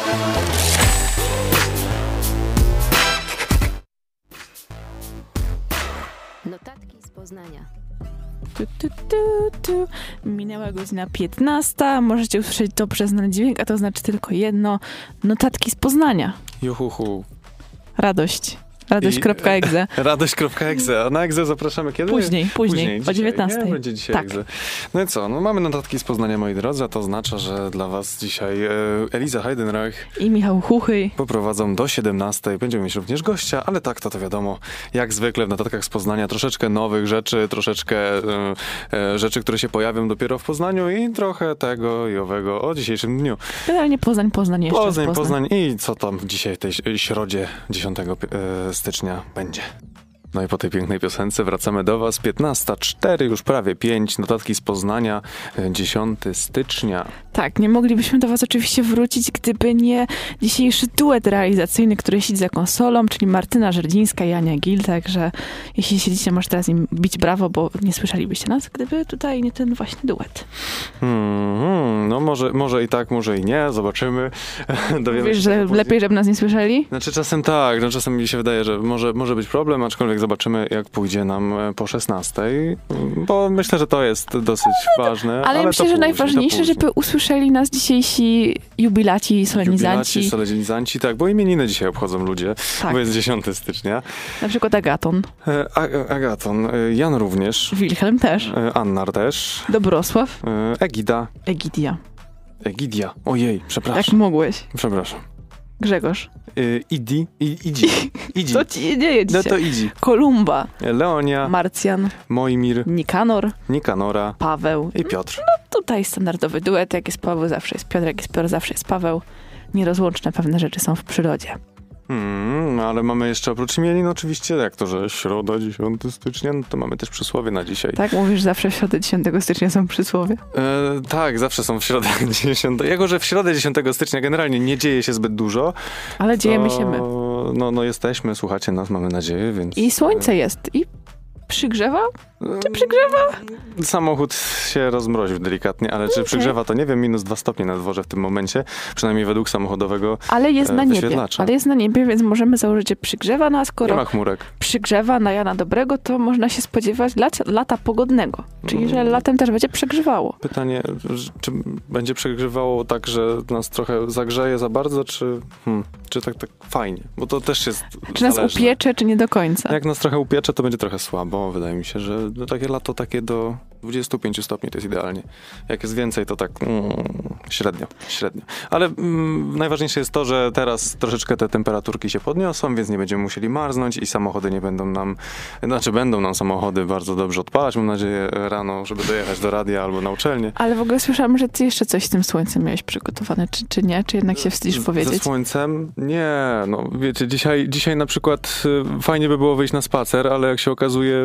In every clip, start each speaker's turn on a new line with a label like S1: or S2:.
S1: Notatki z Poznania.
S2: Minęła godzina 15. Możecie usłyszeć dobrze znany dźwięk, a to znaczy tylko jedno. Notatki z Poznania.
S3: Juhuhu.
S2: Radość. Radość.exe.
S3: Radość.exe. A na Exe zapraszamy kiedy?
S2: Później. O 19.
S3: Nie, będzie dzisiaj
S2: tak.
S3: Exe. No i co? No mamy notatki z Poznania, moi drodzy, a to oznacza, że dla was dzisiaj Eliza Heidenreich
S2: i Michał Chuchyj
S3: poprowadzą do 17. Będziemy mieć również gościa, ale tak, to wiadomo, jak zwykle w notatkach z Poznania troszeczkę nowych rzeczy, troszeczkę rzeczy, które się pojawią dopiero w Poznaniu i trochę tego i owego o dzisiejszym dniu.
S2: Generalnie Poznań jeszcze.
S3: Poznań i co tam dzisiaj tej środzie 10 stycznia będzie. No i po tej pięknej piosence wracamy do was. 15:04, już prawie 5. Notatki z Poznania, 10 stycznia.
S2: Tak, nie moglibyśmy do was oczywiście wrócić, gdyby nie dzisiejszy duet realizacyjny, który siedzi za konsolą, czyli Martyna Żerdzińska i Ania Gil. Także jeśli siedzicie, może teraz im bić brawo, bo nie słyszelibyście nas, gdyby tutaj nie ten właśnie duet.
S3: No może i tak, może i nie. Zobaczymy.
S2: Wiesz, że lepiej, żeby nas nie słyszeli?
S3: Znaczy czasem tak, no czasem mi się wydaje, że może być problem, aczkolwiek zobaczymy, jak pójdzie nam po 16, bo myślę, że to jest dosyć ważne.
S2: Ale myślę, że najważniejsze, żeby usłyszeli nas dzisiejsi jubilaci, solenizanci.
S3: Tak, bo imieniny dzisiaj obchodzą ludzie,
S2: tak.
S3: Bo jest 10 stycznia.
S2: Na przykład Agaton.
S3: Agaton, Jan również.
S2: Wilhelm też.
S3: Annar też.
S2: Dobrosław.
S3: Egidia. Ojej, przepraszam.
S2: Jak mogłeś.
S3: Przepraszam.
S2: Grzegorz.
S3: Idzi.
S2: To ci nie dzieje dzisiaj.
S3: No to Idzi.
S2: Kolumba.
S3: Leonia.
S2: Marcjan.
S3: Mojmir. Nikanora.
S2: Paweł.
S3: I Piotr.
S2: No tutaj standardowy duet. Jak jest Paweł, zawsze jest Piotr. Jak jest Piotr, zawsze jest Paweł. Nierozłączne pewne rzeczy są w przyrodzie.
S3: Ale mamy jeszcze oprócz imienin oczywiście, jak to, że środa 10 stycznia, no to mamy też przysłowie na dzisiaj.
S2: Tak, mówisz, zawsze w środę 10 stycznia są przysłowie?
S3: Tak, zawsze są w środę 10. Jako, że w środę 10 stycznia generalnie nie dzieje się zbyt dużo.
S2: Ale dziejemy się my.
S3: No jesteśmy, słuchacie nas, mamy nadzieję, więc...
S2: I słońce jest. I przygrzewa? Czy przygrzewa?
S3: Samochód się rozmroził delikatnie, ale czy przygrzewa, to nie wiem, -2 stopnie na dworze w tym momencie, przynajmniej według samochodowego
S2: Ale jest na niebie, więc możemy założyć, że przygrzewa, no a skoro
S3: nie ma chmurek.
S2: Przygrzewa na Jana Dobrego, to można się spodziewać lata pogodnego. Czyli, że latem też będzie przegrzewało.
S3: Pytanie, czy będzie przegrzewało tak, że nas trochę zagrzeje za bardzo, czy tak fajnie? Bo to też jest
S2: Czy nas upiecze, czy nie do końca?
S3: Jak nas trochę upiecze, to będzie trochę słabo. Wydaje mi się, że takie lato takie do 25 stopni to jest idealnie. Jak jest więcej, to tak średnio. Ale najważniejsze jest to, że teraz troszeczkę te temperaturki się podniosą, więc nie będziemy musieli marznąć i samochody nie będą nam, będą nam samochody bardzo dobrze odpalać, mam nadzieję, rano, żeby dojechać do radia albo na uczelnię.
S2: Ale w ogóle słyszałam, że ty jeszcze coś z tym słońcem miałeś przygotowane, czy nie? Czy jednak się wstydzisz powiedzieć?
S3: Ze słońcem? Nie, no wiecie, dzisiaj na przykład fajnie by było wyjść na spacer, ale jak się okazuje...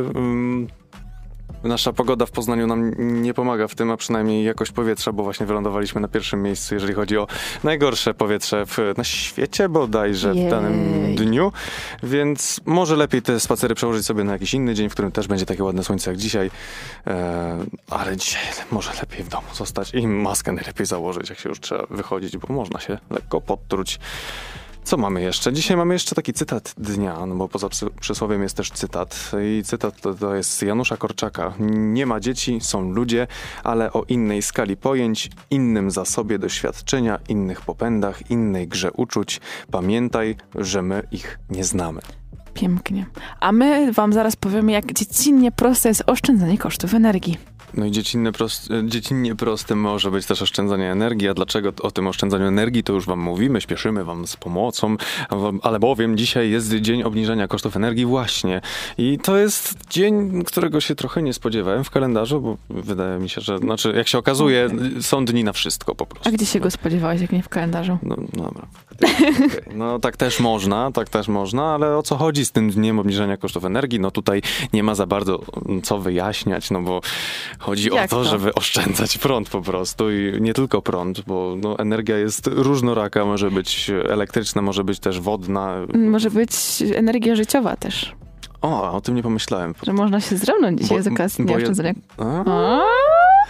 S3: Nasza pogoda w Poznaniu nam nie pomaga w tym, a przynajmniej jakość powietrza, bo właśnie wylądowaliśmy na pierwszym miejscu, jeżeli chodzi o najgorsze powietrze na świecie bodajże w danym dniu, więc może lepiej te spacery przełożyć sobie na jakiś inny dzień, w którym też będzie takie ładne słońce jak dzisiaj, ale dzisiaj może lepiej w domu zostać i maskę najlepiej założyć, jak się już trzeba wychodzić, bo można się lekko podtruć. Co mamy jeszcze? Dzisiaj mamy jeszcze taki cytat dnia, no bo poza przysłowiem jest też cytat. I cytat to jest Janusza Korczaka. Nie ma dzieci, są ludzie, ale o innej skali pojęć, innym zasobie doświadczenia, innych popędach, innej grze uczuć. Pamiętaj, że my ich nie znamy.
S2: Pięknie. A my wam zaraz powiemy, jak dziecinnie proste jest oszczędzanie kosztów energii.
S3: No i dziecinnie proste może być też oszczędzanie energii, a dlaczego o tym oszczędzaniu energii to już wam mówimy, śpieszymy wam z pomocą, ale bowiem dzisiaj jest dzień obniżenia kosztów energii właśnie i to jest dzień, którego się trochę nie spodziewałem w kalendarzu, bo wydaje mi się, że, jak się okazuje, są dni na wszystko po prostu.
S2: A gdzie się go spodziewałeś, jak nie w kalendarzu?
S3: No dobra. Okay. No tak też można, ale o co chodzi z tym dniem obniżenia kosztów energii? No tutaj nie ma za bardzo co wyjaśniać, no bo chodzi o to, żeby oszczędzać prąd po prostu i nie tylko prąd, bo energia jest różnoraka, może być elektryczna, może być też wodna. Może
S2: być energia życiowa też.
S3: O tym nie pomyślałem.
S2: Że można się zdrzemnąć dzisiaj z okazji dnia oszczędzania.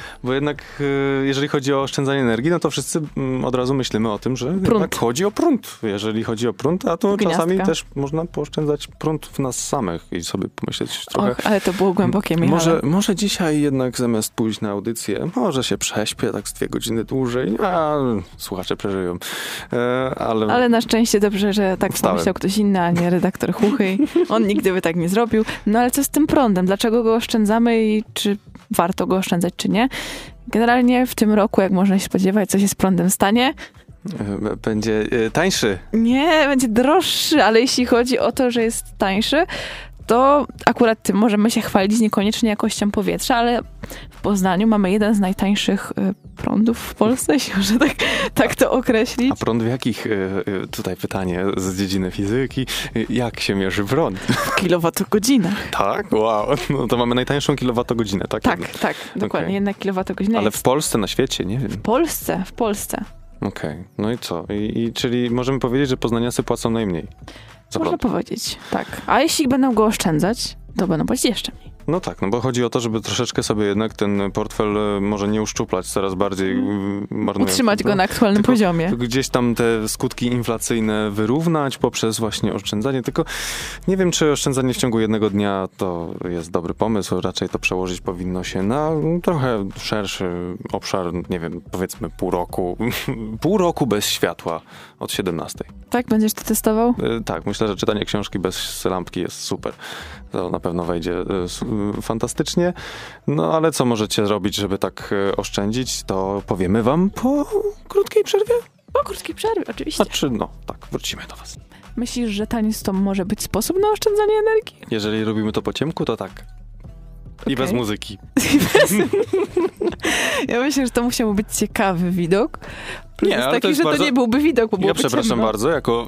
S3: bo jednak jeżeli chodzi o oszczędzanie energii, no to wszyscy od razu myślimy o tym, że jednak chodzi o prąd. Jeżeli chodzi o prąd, a to czasami też można pooszczędzać prąd w nas samych i sobie pomyśleć trochę.
S2: Och, ale to było głębokie, Michale.
S3: Może dzisiaj jednak zamiast pójść na audycję, może się prześpię tak z 2 godziny dłużej, a słuchacze przeżyją. Ale
S2: na szczęście dobrze, że tak pomyślał ktoś inny, a nie redaktor Chuchy. On nigdy by tak nie zrobił. No ale co z tym prądem? Dlaczego go oszczędzamy i czy warto go oszczędzać, czy nie? Generalnie w tym roku, jak można się spodziewać, co się z prądem stanie?
S3: Będzie tańszy.
S2: Nie, będzie droższy, ale jeśli chodzi o to, że jest tańszy, to akurat tym możemy się chwalić niekoniecznie jakością powietrza, ale w Poznaniu mamy jeden z najtańszych prądów w Polsce, jeśli można tak to określić.
S3: A prąd w jakich, tutaj pytanie z dziedziny fizyki, jak się mierzy prąd?
S2: W kilowatogodzinach.
S3: Tak? Wow. No to mamy najtańszą kilowatogodzinę, tak?
S2: Tak, dokładnie, 1 kilowatogodzina.
S3: Ale w Polsce, na świecie, nie wiem.
S2: W Polsce.
S3: Okej, no i co? Czyli możemy powiedzieć, że poznaniacy płacą najmniej.
S2: Można powiedzieć, tak. A jeśli będą go oszczędzać, to będą płacić jeszcze mniej.
S3: No tak, no bo chodzi o to, żeby troszeczkę sobie jednak ten portfel może nie uszczuplać coraz bardziej, marnując.
S2: Utrzymać go na aktualnym poziomie.
S3: Gdzieś tam te skutki inflacyjne wyrównać poprzez właśnie oszczędzanie. Tylko nie wiem, czy oszczędzanie w ciągu 1 dnia to jest dobry pomysł. Raczej to przełożyć powinno się na trochę szerszy obszar, nie wiem, powiedzmy pół roku. Pół roku bez światła od 17.
S2: Tak? Będziesz to testował?
S3: Tak, myślę, że czytanie książki bez lampki jest super. To na pewno wejdzie fantastycznie. No ale co możecie zrobić, żeby tak oszczędzić, to powiemy wam po krótkiej przerwie.
S2: Po krótkiej przerwie, oczywiście.
S3: Wrócimy do was.
S2: Myślisz, że taniec to może być sposób na oszczędzanie energii?
S3: Jeżeli robimy to po ciemku, to tak. I bez muzyki.
S2: Ja myślę, że to musiał być ciekawy widok.
S3: Nie, ale
S2: taki, że to nie byłby widok, bo byłoby
S3: przepraszam
S2: ciemno.
S3: bardzo, jako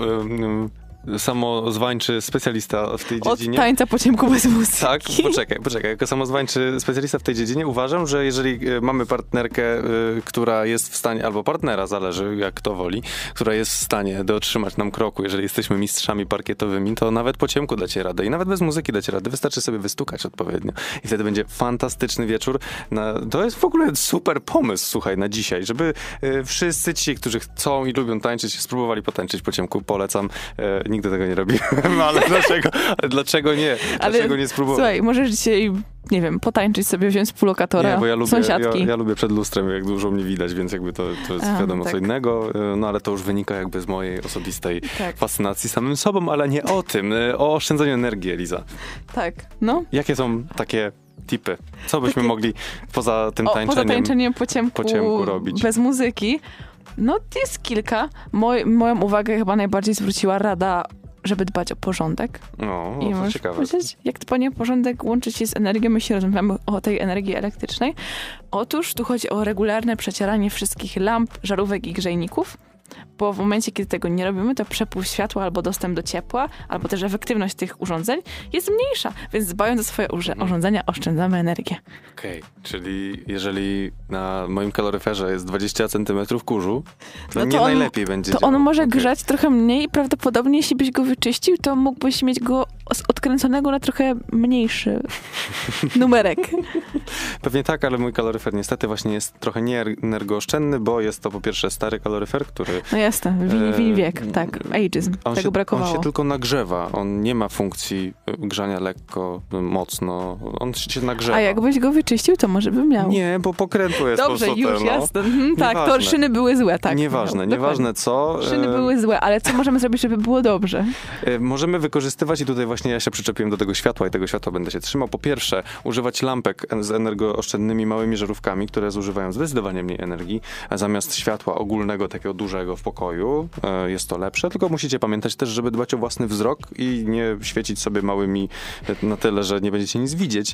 S3: samozwańczy specjalista w tej dziedzinie.
S2: Od tańca po ciemku bez muzyki.
S3: Tak, poczekaj. Jako samozwańczy specjalista w tej dziedzinie uważam, że jeżeli mamy partnerkę, która jest w stanie, albo partnera, zależy jak kto woli, która jest w stanie dotrzymać nam kroku, jeżeli jesteśmy mistrzami parkietowymi, to nawet po ciemku dacie radę i nawet bez muzyki dacie radę. Wystarczy sobie wystukać odpowiednio i wtedy będzie fantastyczny wieczór. To jest w ogóle super pomysł, słuchaj, na dzisiaj, żeby wszyscy ci, którzy chcą i lubią tańczyć, spróbowali potańczyć po ciemku. Polecam. Nigdy tego nie robiłem, ale dlaczego nie? Dlaczego nie spróbować?
S2: Słuchaj, możesz dzisiaj, nie wiem, potańczyć sobie, wziąć współlokatora,
S3: bo ja lubię,
S2: sąsiadki.
S3: Ja lubię przed lustrem, jak dużo mnie widać, więc jakby to jest wiadomo co innego, no ale to już wynika jakby z mojej osobistej fascynacji samym sobą, ale nie o tym, o oszczędzaniu energii, Eliza.
S2: Tak, no.
S3: Jakie są takie tipy? Co byśmy mogli poza tym
S2: tańczeniem po ciemku
S3: robić?
S2: Bez muzyki? No, jest kilka. Moją uwagę chyba najbardziej zwróciła rada, żeby dbać o porządek.
S3: I
S2: to
S3: ciekawe.
S2: Jak dbanie o porządek łączy się z energią, my się rozmawiamy o tej energii elektrycznej. Otóż tu chodzi o regularne przecieranie wszystkich lamp, żarówek i grzejników, bo w momencie, kiedy tego nie robimy, to przepływ światła albo dostęp do ciepła, albo też efektywność tych urządzeń jest mniejsza, więc dbając o swoje urządzenia oszczędzamy energię.
S3: Okej, czyli jeżeli na moim kaloryferze jest 20 cm kurzu, to nie najlepiej będzie
S2: to
S3: działał.
S2: on może grzać trochę mniej i prawdopodobnie jeśli byś go wyczyścił, to mógłbyś mieć go odkręconego na trochę mniejszy numerek.
S3: Pewnie tak, ale mój kaloryfer niestety właśnie jest trochę nieenergooszczędny, bo jest to po pierwsze stary kaloryfer, który...
S2: No jasne, wini wiek, tak, ageism, tego brakowało.
S3: On się tylko nagrzewa, on nie ma funkcji grzania lekko, mocno, on się nagrzewa.
S2: A jakbyś go wyczyścił, to może by miał.
S3: Nie, bo pokrętło jest
S2: Dobrze, już, jasne. Tak,
S3: nieważne.
S2: to szyny były złe, tak.
S3: Nieważne co.
S2: Szyny były złe, ale co możemy zrobić, żeby było dobrze?
S3: Możemy wykorzystywać i tutaj właśnie ja się przyczepiłem do tego światła i tego światła będę się trzymał. Po pierwsze, używać lampek z energooszczędnymi małymi żarówkami, które zużywają zdecydowanie mniej energii, a zamiast światła ogólnego, takiego dużego w pokoju, jest to lepsze, tylko musicie pamiętać też, żeby dbać o własny wzrok i nie świecić sobie małymi na tyle, że nie będziecie nic widzieć.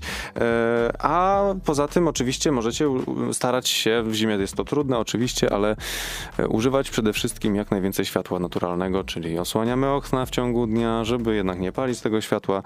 S3: A poza tym oczywiście możecie starać się, w zimie jest to trudne oczywiście, ale używać przede wszystkim jak najwięcej światła naturalnego, czyli osłaniamy okna w ciągu dnia, żeby jednak nie palić tego światła.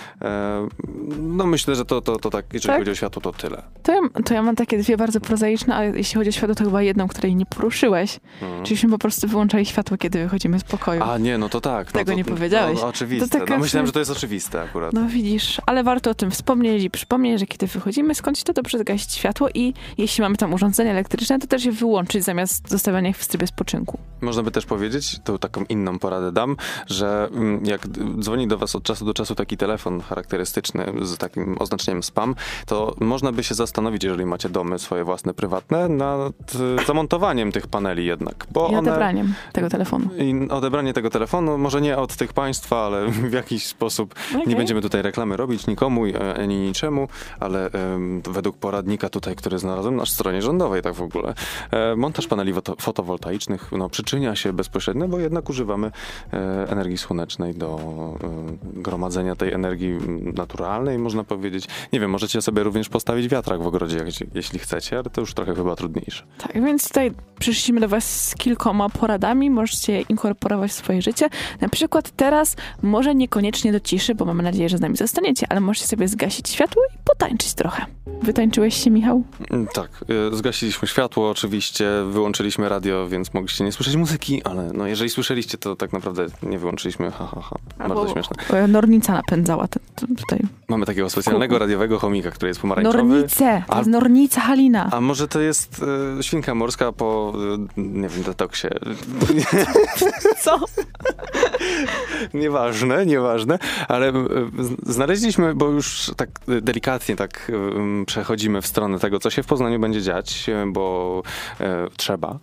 S3: No myślę, że to tak, jeżeli chodzi o światło, to tyle. To
S2: ja mam takie dwie bardzo prozaiczne, a jeśli chodzi o światło, to chyba jedną, której nie poruszyłeś. Czyli po prostu wyłączali światło, kiedy wychodzimy z pokoju.
S3: A nie, no to tak.
S2: Tego
S3: no to,
S2: nie powiedziałeś.
S3: No, oczywiste.
S2: To taka...
S3: No, myślałem, że to jest oczywiste akurat.
S2: No widzisz, ale warto o tym wspomnieć i przypomnieć, że kiedy wychodzimy skądś, to dobrze zgasić światło i jeśli mamy tam urządzenia elektryczne, to też je wyłączyć zamiast zostawiania ich w trybie spoczynku.
S3: Można by też powiedzieć, tu taką inną poradę dam, że jak dzwoni do was od czasu do czasu taki telefon charakterystyczny z takim oznaczeniem spam, to można by się zastanowić, jeżeli macie domy swoje własne, prywatne, nad zamontowaniem tych paneli jednak. Bo
S2: I odebraniem tego telefonu.
S3: I odebranie tego telefonu, może nie od tych państwa, ale w jakiś sposób. Nie będziemy tutaj reklamy robić nikomu ani niczemu, ale według poradnika tutaj, który znalazłem na stronie rządowej, tak w ogóle, montaż paneli fotowoltaicznych przyczynia się bezpośrednio, bo jednak używamy energii słonecznej do gromadzenia tej energii naturalnej, można powiedzieć. Nie wiem, możecie sobie również postawić wiatrak w ogrodzie, jeśli chcecie, ale to już trochę chyba trudniejsze.
S2: Tak, więc tutaj przyszliśmy do was z kilkoma poradami, możecie je inkorporować w swoje życie. Na przykład teraz może niekoniecznie do ciszy, bo mamy nadzieję, że z nami zostaniecie, ale możecie sobie zgasić światło i potańczyć trochę. Wytańczyłeś się, Michał?
S3: Tak, zgasiliśmy światło oczywiście, wyłączyliśmy radio, więc mogliście nie słyszeć muzyki, ale no jeżeli słyszeliście, to tak naprawdę nie wyłączyliśmy. Bardzo śmieszne.
S2: Nornica napędzała tutaj.
S3: Mamy takiego specjalnego radiowego chomika, który jest pomarańczowy.
S2: Nornice! To jest Nornica Halina.
S3: A może to jest świnka morska po, nie wiem, detoksie.
S2: Co?
S3: Nieważne, ale znaleźliśmy, bo już tak delikatnie tak przechodzimy w stronę tego, co się w Poznaniu będzie dziać, bo trzeba.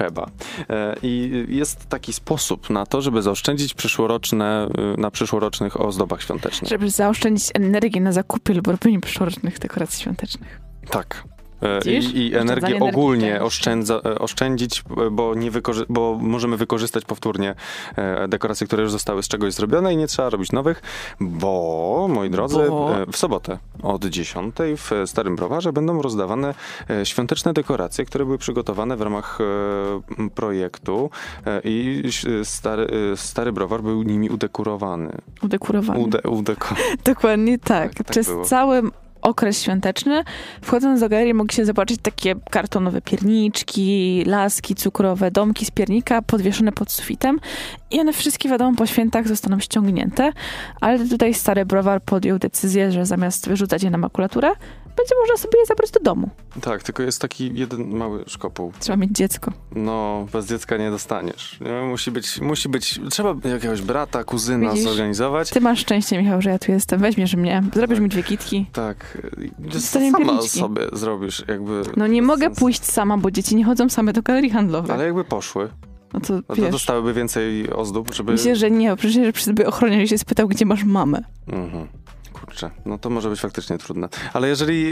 S3: I jest taki sposób na to, żeby zaoszczędzić na przyszłorocznych ozdobach świątecznych.
S2: Żeby zaoszczędzić energię na zakupie lub robieniu przyszłorocznych dekoracji świątecznych.
S3: Tak.
S2: I
S3: energię ogólnie oszczędzić, bo możemy wykorzystać powtórnie dekoracje, które już zostały z czegoś zrobione i nie trzeba robić nowych, bo, moi drodzy, w sobotę od 10 w Starym Browarze będą rozdawane świąteczne dekoracje, które były przygotowane w ramach projektu i Stary Browar był nimi udekorowany.
S2: Dokładnie tak. Przez
S3: było.
S2: cały okres świąteczny, wchodząc do galerii mogli się zobaczyć takie kartonowe pierniczki, laski cukrowe, domki z piernika podwieszone pod sufitem i one wszystkie, wiadomo, po świętach zostaną ściągnięte, ale tutaj Stary Browar podjął decyzję, że zamiast wyrzucać je na makulaturę, będzie można sobie je zabrać do domu.
S3: Tak, tylko jest taki jeden mały szkopuł.
S2: Trzeba mieć dziecko.
S3: No, bez dziecka nie dostaniesz. Musi być, trzeba jakiegoś brata, kuzyna zorganizować.
S2: Ty masz szczęście, Michał, że ja tu jestem. Weźmiesz mnie, zrobisz mi 2 kitki.
S3: Tak.
S2: Sama
S3: pierniczki. Sobie zrobisz jakby...
S2: No nie mogę pójść sama, bo dzieci nie chodzą same do galerii handlowych.
S3: Ale jakby poszły.
S2: No to
S3: to dostałyby więcej ozdób, żeby...
S2: Myślę, że nie, przecież by ochroniarz się spytał, gdzie masz mamę.
S3: Mhm. Kurczę, no to może być faktycznie trudne. Ale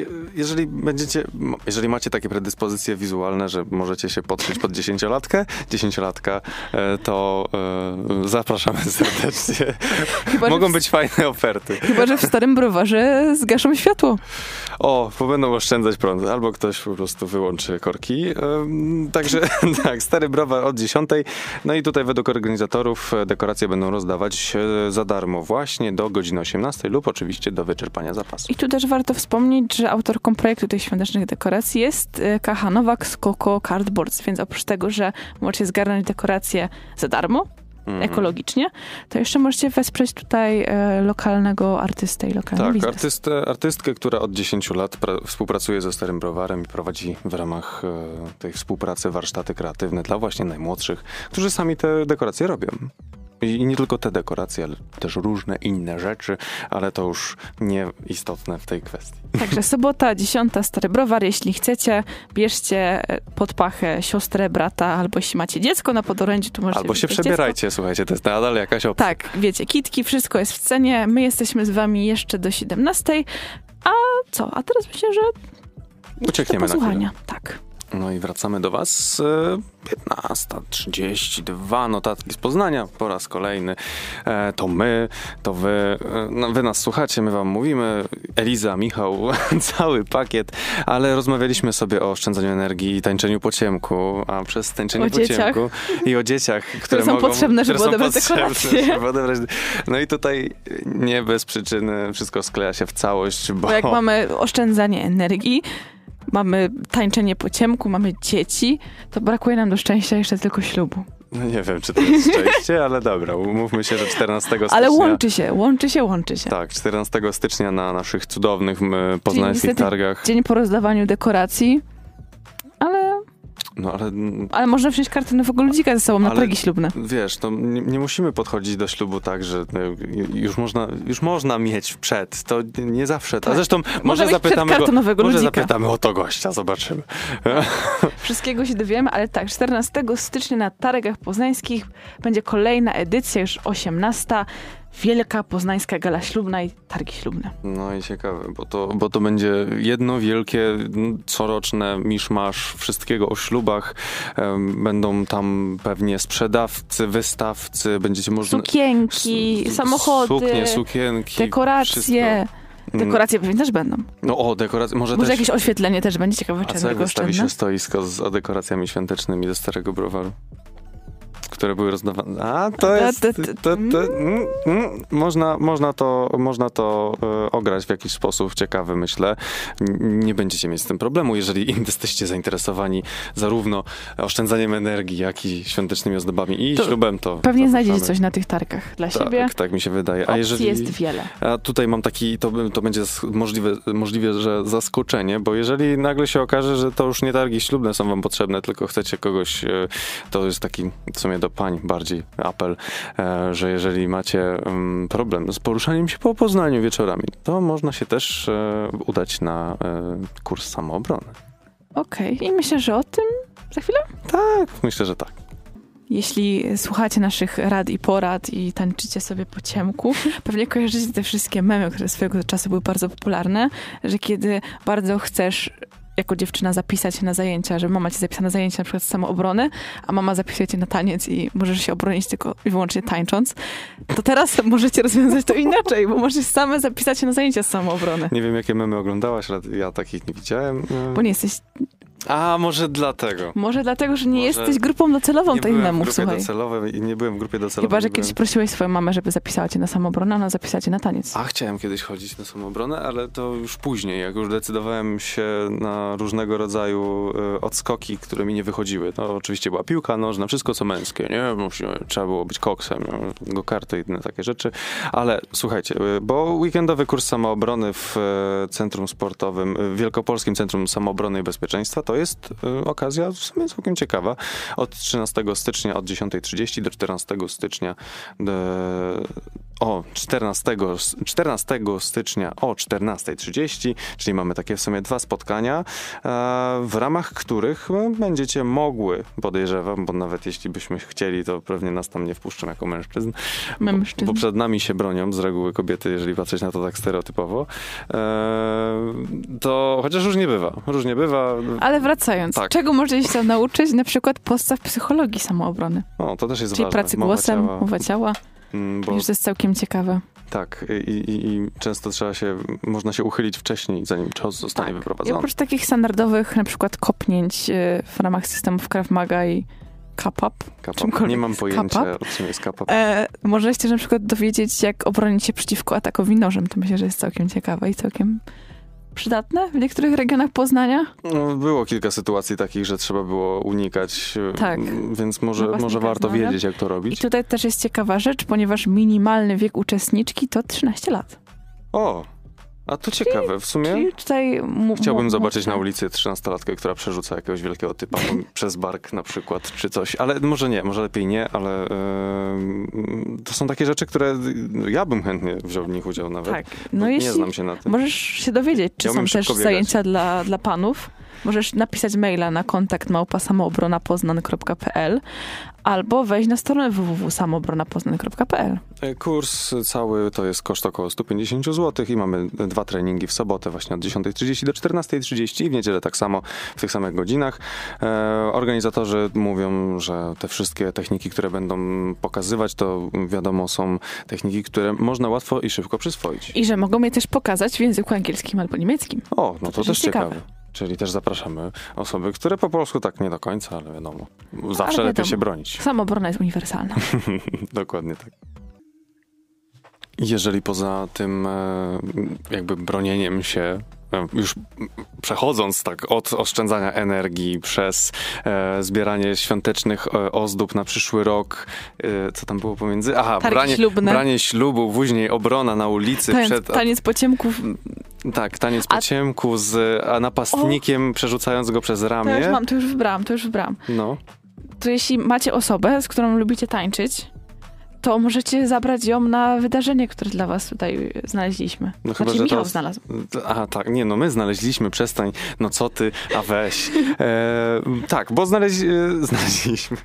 S3: jeżeli macie takie predyspozycje wizualne, że możecie się podszyć pod 10-latka, to zapraszamy serdecznie. Mogą być fajne oferty.
S2: Chyba że w Starym Browarze zgaszą światło.
S3: Bo będą oszczędzać prąd. Albo ktoś po prostu wyłączy korki. Także tak, Stary Browar od 10. No i tutaj według organizatorów dekoracje będą rozdawać za darmo właśnie do godziny 18 lub oczywiście do wyczerpania zapasu.
S2: I tu też warto wspomnieć, że autorką projektu tych świątecznych dekoracji jest Kacha Nowak z Coco Cardboards, więc oprócz tego, że możecie zgarnąć dekoracje za darmo, ekologicznie, to jeszcze możecie wesprzeć tutaj lokalnego artystę i lokalny biznes.
S3: Artystkę, która od 10 lat współpracuje ze Starym Browarem i prowadzi w ramach tej współpracy warsztaty kreatywne dla właśnie najmłodszych, którzy sami te dekoracje robią. I nie tylko te dekoracje, ale też różne inne rzeczy, ale to już nieistotne w tej kwestii.
S2: Także sobota, 10, Stary Browar. Jeśli chcecie, bierzcie pod pachę siostrę, brata, albo jeśli macie dziecko na podorędziu, to możecie...
S3: Albo się przebierajcie, dziecko. Słuchajcie, to jest nadal jakaś opcja.
S2: Tak, wiecie, kitki, wszystko jest w cenie. My jesteśmy z wami jeszcze do 17. A co? A teraz myślę, że...
S3: Uciekniemy
S2: do posłuchania.
S3: Na chwilę.
S2: Tak.
S3: No i wracamy do was 15:32, notatki z Poznania po raz kolejny. To my, to wy, wy nas słuchacie, my wam mówimy, Eliza, Michał, cały pakiet, ale rozmawialiśmy sobie o oszczędzaniu energii i tańczeniu po ciemku, a przez tańczenie po ciemku i o dzieciach, które
S2: są potrzebne, żeby odebrać dekoracje.
S3: No i tutaj nie bez przyczyny wszystko skleja się w całość,
S2: bo jak mamy oszczędzanie energii, mamy tańczenie po ciemku, mamy dzieci, to brakuje nam do szczęścia jeszcze tylko ślubu.
S3: No nie wiem, czy to jest szczęście, ale dobra, umówmy się, że 14 stycznia...
S2: Ale łączy się.
S3: Tak, 14 stycznia na naszych cudownych poznańskich targach.
S2: Dzień po rozdawaniu dekoracji,
S3: No ale...
S2: Ale można wziąć kartę nowego ludzika ze sobą na targi ślubne.
S3: Wiesz, to nie musimy podchodzić do ślubu tak, że już można mieć przed. To nie zawsze. Tak. A zresztą może zapytamy o to gościa, zobaczymy.
S2: Wszystkiego się dowiemy, ale tak, 14 stycznia na targach poznańskich będzie kolejna edycja, już 18. Wielka poznańska gala ślubna i targi ślubne. No
S3: i ciekawe, bo to będzie jedno wielkie, coroczne miszmasz wszystkiego o ślubach. Będą tam pewnie sprzedawcy, wystawcy, będziecie można...
S2: Sukienki, samochody,
S3: sukienki,
S2: dekoracje. Dekoracje pewnie też będą.
S3: No dekoracje, może
S2: też...
S3: jakieś
S2: oświetlenie też będzie ciekawe, czy
S3: jak wystawi się stoisko z dekoracjami świątecznymi ze Starego Browaru, które były rozdawane. A to jest... Można to ograć w jakiś sposób ciekawy, myślę. Nie będziecie mieć z tym problemu, jeżeli jesteście zainteresowani zarówno oszczędzaniem energii, jak i świątecznymi ozdobami i ślubem, to...
S2: Pewnie znajdziecie coś na tych targach dla siebie.
S3: Tak mi się wydaje.
S2: A jeżeli jest wiele.
S3: A tutaj mam taki, to będzie możliwe, że zaskoczenie, bo jeżeli nagle się okaże, że to już nie targi ślubne są wam potrzebne, tylko chcecie kogoś, to jest taki w sumie do pań bardziej apel, że jeżeli macie problem z poruszaniem się po Poznaniu wieczorami, to można się też udać na kurs samoobrony. Okej.
S2: I myślę, że o tym za chwilę?
S3: Tak, myślę, że tak.
S2: Jeśli słuchacie naszych rad i porad i tańczycie sobie po ciemku, pewnie kojarzycie te wszystkie memy, które swojego czasu były bardzo popularne, że kiedy bardzo chcesz jako dziewczyna zapisać się na zajęcia, że mama cię zapisała na zajęcia na przykład z samoobrony, a mama zapisuje cię na taniec i możesz się obronić tylko i wyłącznie tańcząc, to teraz możecie rozwiązać to inaczej, bo możesz same zapisać się na zajęcia z samoobrony.
S3: Nie wiem, jakie memy oglądałaś, ale ja takich nie widziałem.
S2: Bo nie jesteś...
S3: A, może dlatego.
S2: Może dlatego, że nie jesteś grupą docelową tej memów, słuchaj.
S3: Nie byłem w grupie docelowej.
S2: Chyba, że kiedyś prosiłeś swoją mamę, żeby zapisała cię na samoobronę, ona zapisała cię na taniec.
S3: A chciałem kiedyś chodzić na samoobronę, ale to już później, jak już decydowałem się na różnego rodzaju odskoki, które mi nie wychodziły. To oczywiście była piłka nożna, wszystko co męskie, nie? Trzeba było być koksem, go-karty i inne takie rzeczy. Ale słuchajcie, bo weekendowy kurs samoobrony w Centrum Sportowym, w Wielkopolskim Centrum Samoobrony i Bezpieczeństwa, to jest okazja w sumie całkiem ciekawa. Od 13 stycznia od 10:30 do 14 stycznia 14 stycznia o 14:30, czyli mamy takie w sumie 2 spotkania, w ramach których będziecie mogły, podejrzewam, bo nawet jeśli byśmy chcieli, to pewnie nas tam nie wpuszczą jako mężczyzn. Bo przed nami się bronią z reguły kobiety, jeżeli patrzeć na to tak stereotypowo. To chociaż różnie bywa.
S2: Ale wracając, czego możecie się nauczyć? Na przykład podstaw psychologii samoobrony.
S3: To też jest
S2: czyli
S3: ważne.
S2: Pracy głosem, mowa ciała. Bo... Wiesz, to jest całkiem ciekawe.
S3: Tak, i często można się uchylić wcześniej, zanim cios zostanie wyprowadzony.
S2: I oprócz takich standardowych, na przykład kopnięć w ramach systemów Krav Maga i Kapap.
S3: Nie mam pojęcia, o czym jest Kapap.
S2: Możecie się na przykład dowiedzieć, jak obronić się przeciwko atakowi nożem. To myślę, że jest całkiem ciekawe i całkiem przydatne w niektórych regionach Poznania.
S3: Było kilka sytuacji takich, że trzeba było unikać, więc może warto wiedzieć, jak to robić.
S2: I tutaj też jest ciekawa rzecz, ponieważ minimalny wiek uczestniczki to 13 lat.
S3: A to ciekawe, w sumie chciałbym zobaczyć na ulicy 13-latkę, która przerzuca jakiegoś wielkiego typa przez bark na przykład, czy coś. Ale może lepiej nie, ale to są takie rzeczy, które ja bym chętnie wziął w nich udział nawet. Tak. Nie znam się na tym.
S2: Możesz się dowiedzieć, czy są też zajęcia dla panów. Możesz napisać maila na kontakt@samoobronapoznan.pl albo wejść na stronę www.samoobronapoznan.pl.
S3: Kurs cały to jest koszt około 150 zł i mamy 2 treningi w sobotę właśnie od 10:30 do 14:30 i w niedzielę tak samo w tych samych godzinach. Organizatorzy mówią, że te wszystkie techniki, które będą pokazywać, to wiadomo są techniki, które można łatwo i szybko przyswoić. I że mogą je też pokazać w języku angielskim albo niemieckim. To też ciekawe. Czyli też zapraszamy osoby, które po polsku tak nie do końca, ale wiadomo, zawsze lepiej się bronić.
S2: Samoobrona jest uniwersalna.
S3: Dokładnie tak. Jeżeli poza tym jakby bronieniem się już przechodząc tak od oszczędzania energii przez zbieranie świątecznych ozdób na przyszły rok, co tam było pomiędzy? Aha, branie ślubu, później obrona na ulicy.
S2: Taniec po ciemku.
S3: Tak, taniec po ciemku z napastnikiem, przerzucając go przez ramię.
S2: To już wybrałam.
S3: No.
S2: To jeśli macie osobę, z którą lubicie tańczyć, to możecie zabrać ją na wydarzenie, które dla was tutaj znaleźliśmy.
S3: No chyba, że
S2: Michał znalazł.
S3: Aha, tak. Nie, no my znaleźliśmy, przestań. No co ty, a weź. Tak, bo znaleźliśmy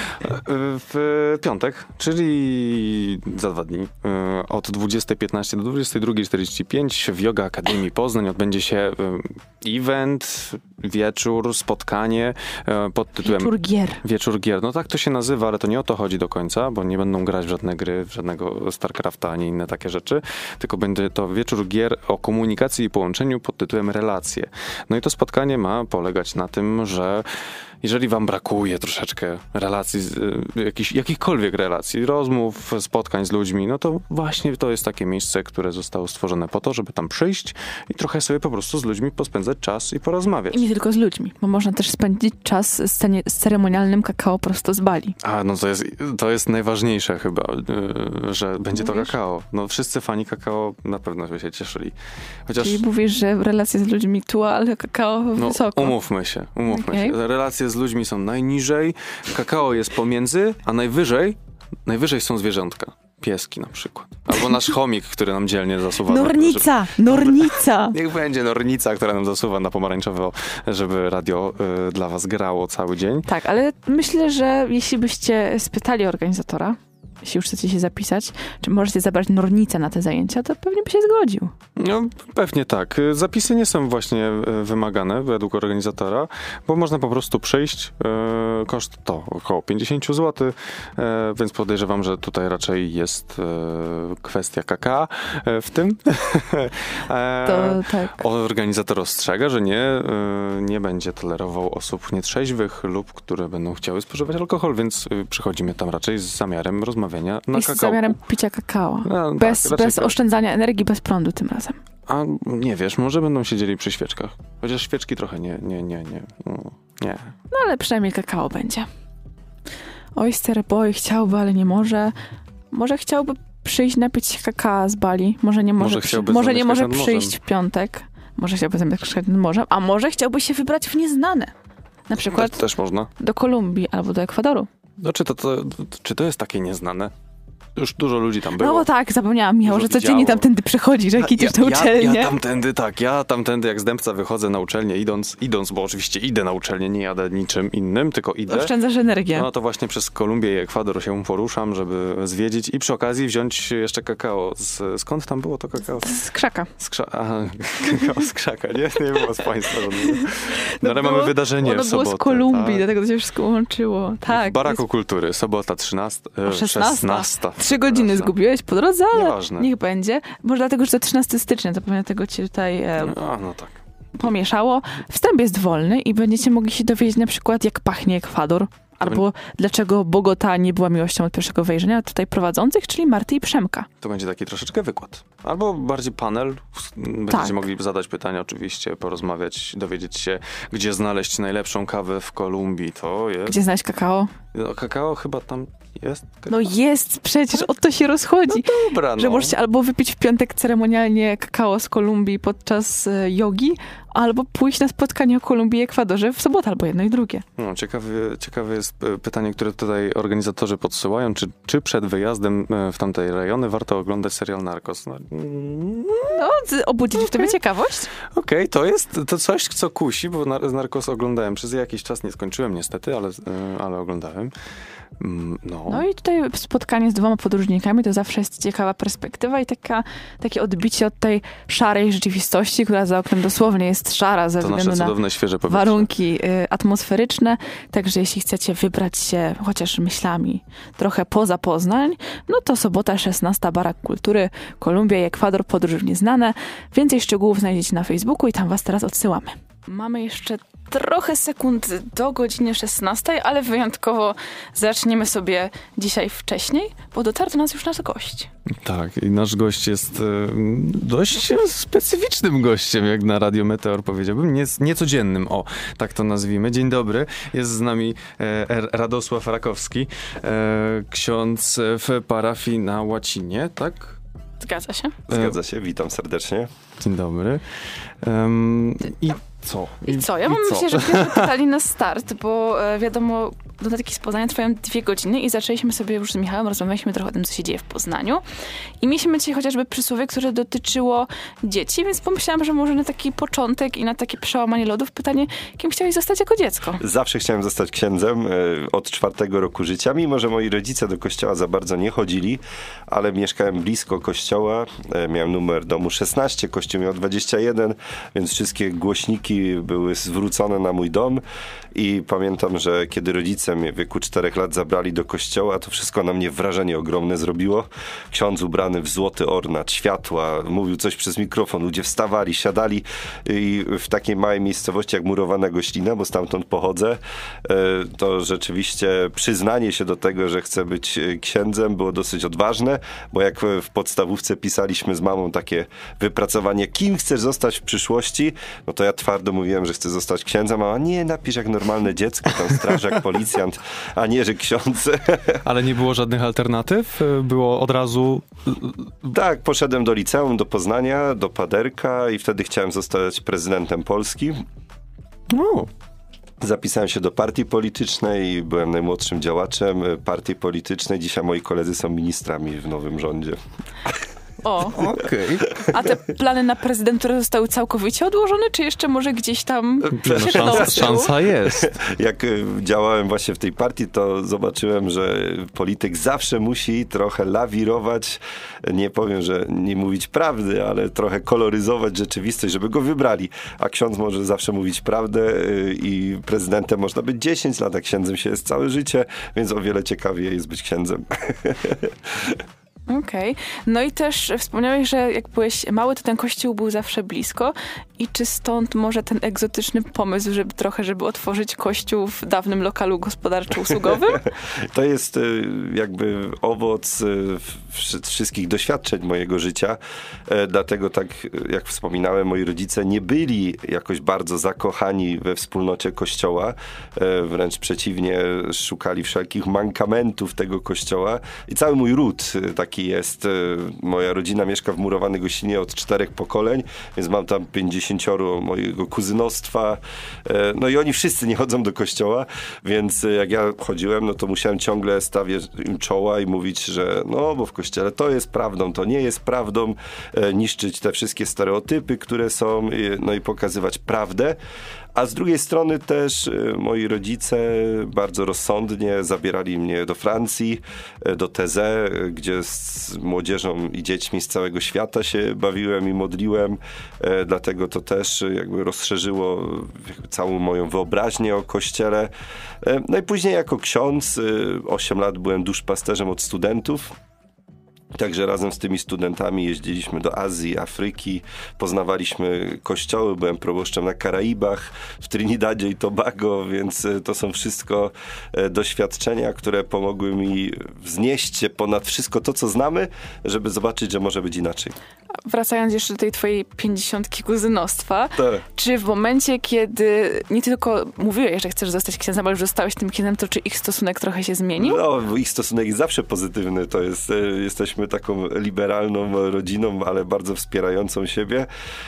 S3: w piątek, czyli za 2 dni, od 20:15 do 22:45 w Yoga Akademii Poznań odbędzie się event, wieczór, spotkanie pod tytułem Wieczór gier. No tak to się nazywa, ale to nie o to chodzi do końca, bo nie będą grać w żadne gry, w żadnego StarCrafta, ani inne takie rzeczy, tylko będzie to wieczór gier o komunikacji i połączeniu pod tytułem Relacje. No i to spotkanie ma polegać na tym, że jeżeli wam brakuje troszeczkę relacji, jakichkolwiek relacji, rozmów, spotkań z ludźmi, no to właśnie to jest takie miejsce, które zostało stworzone po to, żeby tam przyjść i trochę sobie po prostu z ludźmi pospędzać czas i porozmawiać.
S2: I nie tylko z ludźmi, bo można też spędzić czas z ceremonialnym kakao prosto z Bali.
S3: A, no to jest najważniejsze chyba, że będzie to kakao. No wszyscy fani kakao na pewno by się cieszyli.
S2: Czyli mówisz, że relacje z ludźmi tu, ale kakao wysoko.
S3: Umówmy się. Relacje z ludźmi są najniżej, kakao jest pomiędzy, a najwyżej są zwierzątka. Pieski na przykład. Albo nasz chomik, który nam dzielnie zasuwa.
S2: Nornica!
S3: Niech będzie nornica, która nam zasuwa na pomarańczowo, żeby radio dla was grało cały dzień.
S2: Tak, ale myślę, że jeśli byście spytali organizatora, jeśli już chcecie się zapisać, czy możecie zabrać nornicę na te zajęcia, to pewnie by się zgodził.
S3: No, pewnie tak. Zapisy nie są właśnie wymagane według organizatora, bo można po prostu przyjść. Koszt to około 50 zł, więc podejrzewam, że tutaj raczej jest kwestia kakao w tym.
S2: To tak.
S3: Organizator ostrzega, że nie będzie tolerował osób nietrzeźwych lub które będą chciały spożywać alkohol, więc przychodzimy tam raczej z zamiarem rozmawiania na kakao.
S2: Z zamiarem picia kakao. No, bez oszczędzania energii, bez prądu tym razem.
S3: A nie wiesz, może będą siedzieli przy świeczkach. Chociaż świeczki trochę nie.
S2: No ale przynajmniej kakao będzie. Oyster Boy chciałby, ale nie może. Może chciałby przyjść napić się kakao z Bali. Może nie może przyjść w piątek. Może chciałby zamieszkać nad morzem. A może chciałby się wybrać w nieznane. Na przykład
S3: to też można.
S2: Do Kolumbii albo do Ekwadoru.
S3: No czy to jest takie nieznane? Już dużo ludzi tam było.
S2: No tak, zapomniałam, Michał, że codziennie tamtędy przechodzisz, jak idziesz na uczelnię.
S3: Ja tamtędy jak z Dębca wychodzę na uczelnię idąc, bo oczywiście idę na uczelnię, nie jadę niczym innym, tylko idę.
S2: Oszczędzasz energię.
S3: No to właśnie przez Kolumbię i Ekwador się poruszam, żeby zwiedzić i przy okazji wziąć jeszcze kakao. Skąd tam było to kakao?
S2: Z krzaka.
S3: Kakao z krzaka, nie było z państwa. No ale mamy wydarzenie w sobotę.
S2: Ono było z Kolumbii, tak? Dlatego to się wszystko łączyło. Tak.
S3: W Baraku Kultury, sobota 16.
S2: 3 godziny zgubiłeś po drodze, ale
S3: nieważne.
S2: Niech będzie. Może dlatego, że to 13 stycznia, to pewnie tego ci tutaj
S3: no tak.
S2: pomieszało. Wstęp jest wolny i będziecie mogli się dowiedzieć na przykład, jak pachnie Ekwador. Albo dlaczego Bogota nie była miłością od pierwszego wejrzenia tutaj prowadzących, czyli Marty i Przemka.
S3: To będzie taki troszeczkę wykład. Albo bardziej panel. Będziecie mogli zadać pytania oczywiście, porozmawiać, dowiedzieć się, gdzie znaleźć najlepszą kawę w Kolumbii. To jest...
S2: Gdzie znaleźć kakao?
S3: No, kakao chyba tam jest. Kakao.
S2: No jest, przecież o to się rozchodzi.
S3: No dobra, no.
S2: Że możecie albo wypić w piątek ceremonialnie kakao z Kolumbii podczas jogi, albo pójść na spotkanie o Kolumbii i Ekwadorze w sobotę, albo jedno i drugie.
S3: No, ciekawe jest pytanie, które tutaj organizatorzy podsyłają. Czy przed wyjazdem w tamte rejony warto oglądać serial Narcos?
S2: No obudzić w tobie ciekawość.
S3: Okej, to jest to coś, co kusi, bo Narcos oglądałem przez jakiś czas, nie skończyłem niestety, ale oglądałem. No
S2: i tutaj spotkanie z 2 podróżnikami to zawsze jest ciekawa perspektywa i takie odbicie od tej szarej rzeczywistości, która za oknem dosłownie jest szara ze względu na
S3: cudowne, świeże powietrze.
S2: Warunki atmosferyczne. Także jeśli chcecie wybrać się chociaż myślami trochę poza Poznań, no to sobota 16, Barak Kultury, Kolumbia i Ekwador, podróż w nieznane. Więcej szczegółów znajdziecie na Facebooku i tam was teraz odsyłamy. Mamy jeszcze trochę sekund do godziny 16, ale wyjątkowo zaczniemy sobie dzisiaj wcześniej, bo dotarł do nas już nasz gość.
S3: Tak, i nasz gość jest dość specyficznym gościem, jak na Radio Meteor powiedziałbym, niecodziennym, tak to nazwijmy. Dzień dobry, jest z nami Radosław Rakowski, ksiądz w parafii na Łacinie, tak?
S2: Zgadza się?
S4: Zgadza się, witam serdecznie.
S3: Dzień dobry. I co?
S2: Ja mam myślę, że pierwsze pytanie na start, bo wiadomo, dodatki z Poznania trwają 2 godziny i zaczęliśmy sobie już z Michałem, rozmawialiśmy trochę o tym, co się dzieje w Poznaniu. I mieliśmy dzisiaj chociażby przysłowie, które dotyczyło dzieci, więc pomyślałam, że może na taki początek i na takie przełamanie lodów pytanie, kim chciałeś zostać jako dziecko?
S4: Zawsze chciałem zostać księdzem od 4 roku życia, mimo że moi rodzice do kościoła za bardzo nie chodzili, ale mieszkałem blisko kościoła, miałem numer domu 16, kościół miał 21, więc wszystkie głośniki były zwrócone na mój dom i pamiętam, że kiedy rodzice mnie w wieku 4 lat zabrali do kościoła, to wszystko na mnie wrażenie ogromne zrobiło. Ksiądz ubrany w złoty ornat, światła, mówił coś przez mikrofon, ludzie wstawali, siadali i w takiej małej miejscowości jak Murowana Goślina, bo stamtąd pochodzę, to rzeczywiście przyznanie się do tego, że chcę być księdzem było dosyć odważne, bo jak w podstawówce pisaliśmy z mamą takie wypracowanie, kim chcesz zostać w przyszłości, no to ja twardo mówiłem, że chcę zostać księdzem, a nie, napisz jak normalne dziecko, tam strażak, policjant, a nie, że ksiądz.
S3: Ale nie było żadnych alternatyw? Było od razu...
S4: Tak, poszedłem do liceum, do Poznania, do Paderka i wtedy chciałem zostać prezydentem Polski. Zapisałem się do partii politycznej i byłem najmłodszym działaczem partii politycznej. Dzisiaj moi koledzy są ministrami w nowym rządzie.
S3: Okej.
S2: A te plany na prezydenturę zostały całkowicie odłożone, czy jeszcze może gdzieś tam
S3: Szansa jest.
S4: Jak działałem właśnie w tej partii, to zobaczyłem, że polityk zawsze musi trochę lawirować, nie powiem, że nie mówić prawdy, ale trochę koloryzować rzeczywistość, żeby go wybrali. A ksiądz może zawsze mówić prawdę i prezydentem można być 10 lat, a księdzem się jest całe życie, więc o wiele ciekawiej jest być księdzem.
S2: Okej. No i też wspomniałeś, że jak byłeś mały, to ten kościół był zawsze blisko. I czy stąd może ten egzotyczny pomysł, żeby otworzyć kościół w dawnym lokalu gospodarczo-usługowym?
S4: To jest jakby owoc wszystkich doświadczeń mojego życia. Dlatego tak jak wspominałem, moi rodzice nie byli jakoś bardzo zakochani we wspólnocie kościoła. Wręcz przeciwnie, szukali wszelkich mankamentów tego kościoła. I cały mój ród taki jest. Moja rodzina mieszka w Murowanej Gościnie od 4 pokoleń, więc mam tam 50 mojego kuzynostwa. No i oni wszyscy nie chodzą do kościoła, więc jak ja chodziłem, no to musiałem ciągle stawiać im czoła i mówić, że no, bo w kościele to jest prawdą, to nie jest prawdą, niszczyć te wszystkie stereotypy, które są, no i pokazywać prawdę. A z drugiej strony też moi rodzice bardzo rozsądnie zabierali mnie do Francji, do Thésée, gdzie z młodzieżą i dziećmi z całego świata się bawiłem i modliłem. Dlatego to też jakby rozszerzyło całą moją wyobraźnię o Kościele. No i później jako ksiądz 8 lat byłem duszpasterzem od studentów. Także razem z tymi studentami jeździliśmy do Azji, Afryki, poznawaliśmy kościoły, byłem proboszczem na Karaibach, w Trinidadzie i Tobago, więc to są wszystko doświadczenia, które pomogły mi wznieść się ponad wszystko to, co znamy, żeby zobaczyć, że może być inaczej.
S2: Wracając jeszcze do tej twojej 50 kuzynostwa,
S4: Tak.
S2: Czy w momencie, kiedy nie tylko mówiłeś, że chcesz zostać księdzem, ale już zostałeś tym księdzem, to czy ich stosunek trochę się zmienił?
S4: No, ich stosunek jest zawsze pozytywny. To jest, jesteśmy taką liberalną rodziną, ale bardzo wspierającą siebie,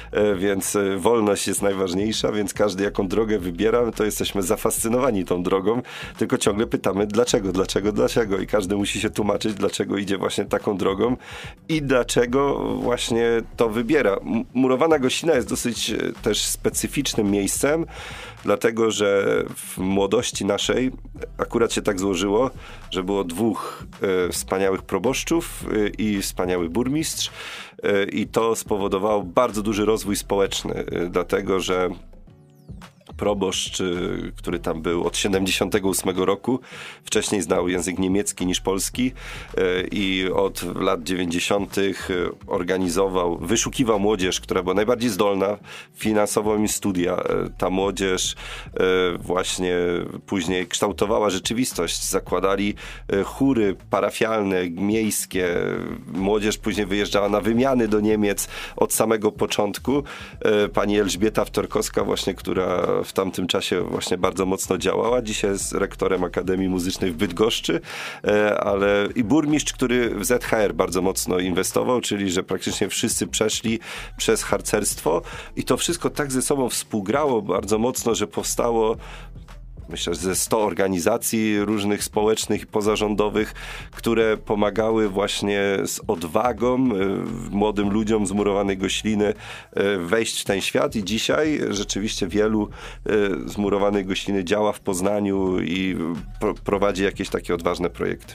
S4: więc wolność jest najważniejsza, więc każdy jaką drogę wybiera, to jesteśmy zafascynowani tą drogą, tylko ciągle pytamy dlaczego i każdy musi się tłumaczyć, dlaczego idzie właśnie taką drogą i dlaczego właśnie to wybiera. Murowana Gościna jest dosyć też specyficznym miejscem, dlatego że w młodości naszej akurat się tak złożyło, że było 2 wspaniałych proboszczów i wspaniały burmistrz i to spowodowało bardzo duży rozwój społeczny, dlatego że proboszcz, który tam był od 78 roku. Wcześniej znał język niemiecki niż polski i od lat 90. wyszukiwał młodzież, która była najbardziej zdolna, finansował im studia. Ta młodzież właśnie później kształtowała rzeczywistość. Zakładali chóry parafialne, miejskie. Młodzież później wyjeżdżała na wymiany do Niemiec od samego początku. Pani Elżbieta Wtorkowska właśnie, która w tamtym czasie właśnie bardzo mocno działała. Dzisiaj jest rektorem Akademii Muzycznej w Bydgoszczy, ale i burmistrz, który w ZHR bardzo mocno inwestował, czyli że praktycznie wszyscy przeszli przez harcerstwo i to wszystko tak ze sobą współgrało bardzo mocno, że powstało myślę, że ze 100 organizacji różnych społecznych i pozarządowych, które pomagały właśnie z odwagą młodym ludziom z Murowanej Gośliny wejść w ten świat i dzisiaj rzeczywiście wielu z Murowanej Gośliny działa w Poznaniu i prowadzi jakieś takie odważne projekty.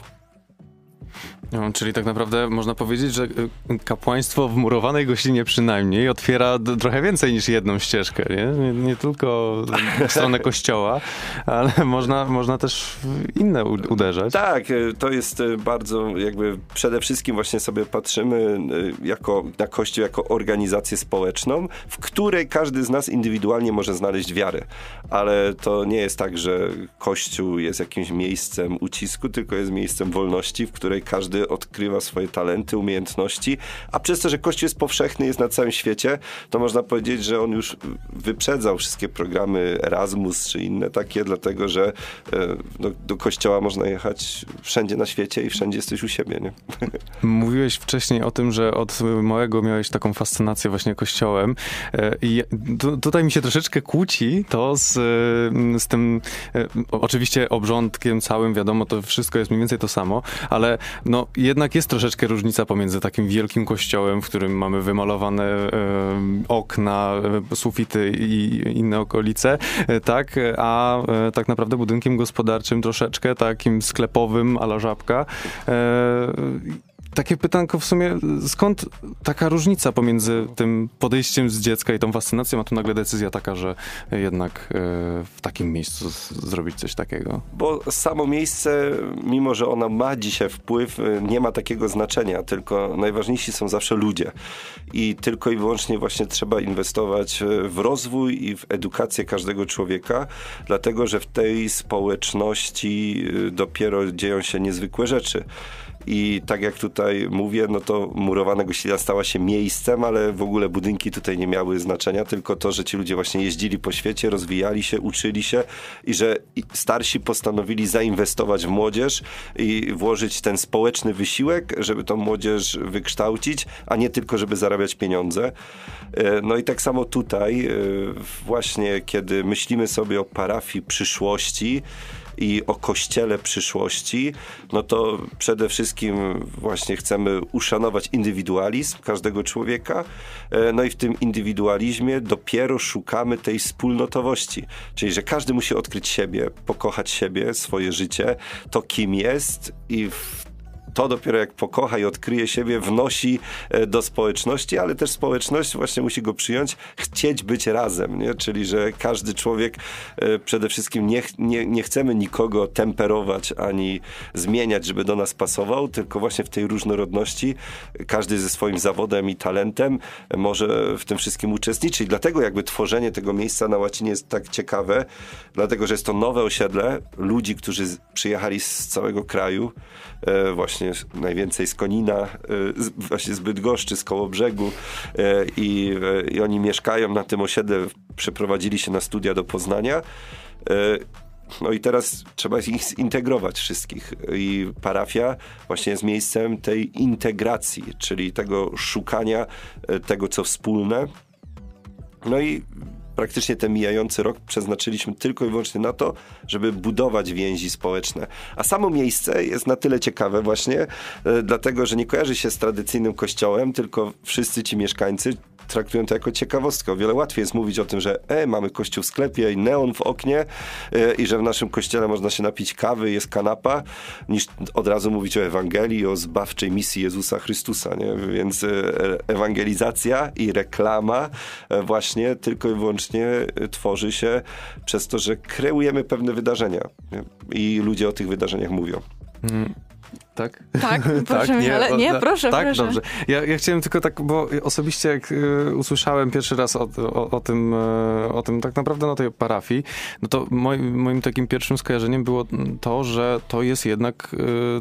S3: No, czyli tak naprawdę można powiedzieć, że kapłaństwo w Murowanej Goślinie przynajmniej otwiera trochę więcej niż jedną ścieżkę, nie tylko w stronę kościoła, ale można też w inne uderzać.
S4: Tak, to jest bardzo jakby przede wszystkim właśnie sobie patrzymy na Kościół jako organizację społeczną, w której każdy z nas indywidualnie może znaleźć wiarę. Ale to nie jest tak, że Kościół jest jakimś miejscem ucisku, tylko jest miejscem wolności, w której każdy odkrywa swoje talenty, umiejętności, a przez to, że Kościół jest powszechny, jest na całym świecie, to można powiedzieć, że on już wyprzedzał wszystkie programy Erasmus czy inne takie, dlatego, że do Kościoła można jechać wszędzie na świecie i wszędzie jesteś u siebie, nie?
S3: Mówiłeś wcześniej o tym, że od małego miałeś taką fascynację właśnie Kościołem i tutaj mi się troszeczkę kłóci to z tym oczywiście obrządkiem całym, wiadomo, to wszystko jest mniej więcej to samo, ale no jednak jest troszeczkę różnica pomiędzy takim wielkim kościołem, w którym mamy wymalowane okna, sufity i inne okolice, tak, a tak naprawdę budynkiem gospodarczym troszeczkę takim sklepowym a la Żabka. Takie pytanko w sumie, skąd taka różnica pomiędzy tym podejściem z dziecka i tą fascynacją, a tu nagle decyzja taka, że jednak w takim miejscu zrobić coś takiego?
S4: Bo samo miejsce, mimo że ona ma dzisiaj wpływ, nie ma takiego znaczenia, tylko najważniejsi są zawsze ludzie. I tylko i wyłącznie właśnie trzeba inwestować w rozwój i w edukację każdego człowieka, dlatego że w tej społeczności dopiero dzieją się niezwykłe rzeczy. I tak jak tutaj mówię, no to Murowana Goślina stała się miejscem, ale w ogóle budynki tutaj nie miały znaczenia, tylko to, że ci ludzie właśnie jeździli po świecie, rozwijali się, uczyli się i że starsi postanowili zainwestować w młodzież i włożyć ten społeczny wysiłek, żeby tą młodzież wykształcić, a nie tylko, żeby zarabiać pieniądze. No i tak samo tutaj właśnie, kiedy myślimy sobie o parafii przyszłości, i o kościele przyszłości, no to przede wszystkim właśnie chcemy uszanować indywidualizm każdego człowieka, no i w tym indywidualizmie dopiero szukamy tej wspólnotowości, czyli że każdy musi odkryć siebie, pokochać siebie, swoje życie, to kim jest i to dopiero jak pokocha i odkryje siebie, wnosi do społeczności, ale też społeczność właśnie musi go przyjąć, chcieć być razem, nie? Czyli że każdy człowiek przede wszystkim nie chcemy nikogo temperować ani zmieniać, żeby do nas pasował, tylko właśnie w tej różnorodności każdy ze swoim zawodem i talentem może w tym wszystkim uczestniczyć. Dlatego jakby tworzenie tego miejsca na Łacinie jest tak ciekawe, dlatego że jest to nowe osiedle ludzi, którzy przyjechali z całego kraju, właśnie najwięcej z Konina, właśnie z Bydgoszczy, z Kołobrzegu i oni mieszkają na tym osiedle, przeprowadzili się na studia do Poznania. No i teraz trzeba ich zintegrować wszystkich i parafia właśnie jest miejscem tej integracji, czyli tego szukania tego, co wspólne. No i praktycznie ten mijający rok przeznaczyliśmy tylko i wyłącznie na to, żeby budować więzi społeczne. A samo miejsce jest na tyle ciekawe właśnie, dlatego, że nie kojarzy się z tradycyjnym kościołem, tylko wszyscy ci mieszkańcy, traktują to jako ciekawostkę. O wiele łatwiej jest mówić o tym, że mamy kościół w sklepie i neon w oknie i że w naszym kościele można się napić kawy, jest kanapa, niż od razu mówić o Ewangelii, o zbawczej misji Jezusa Chrystusa, nie? Więc ewangelizacja i reklama właśnie tylko i wyłącznie tworzy się przez to, że kreujemy pewne wydarzenia, nie? I ludzie o tych wydarzeniach mówią.
S3: Tak?
S2: Tak, proszę, proszę.
S3: Tak, dobrze. Ja chciałem tylko tak, bo osobiście jak usłyszałem pierwszy raz o tym tak naprawdę na tej parafii, no to moim takim pierwszym skojarzeniem było to, że to jest jednak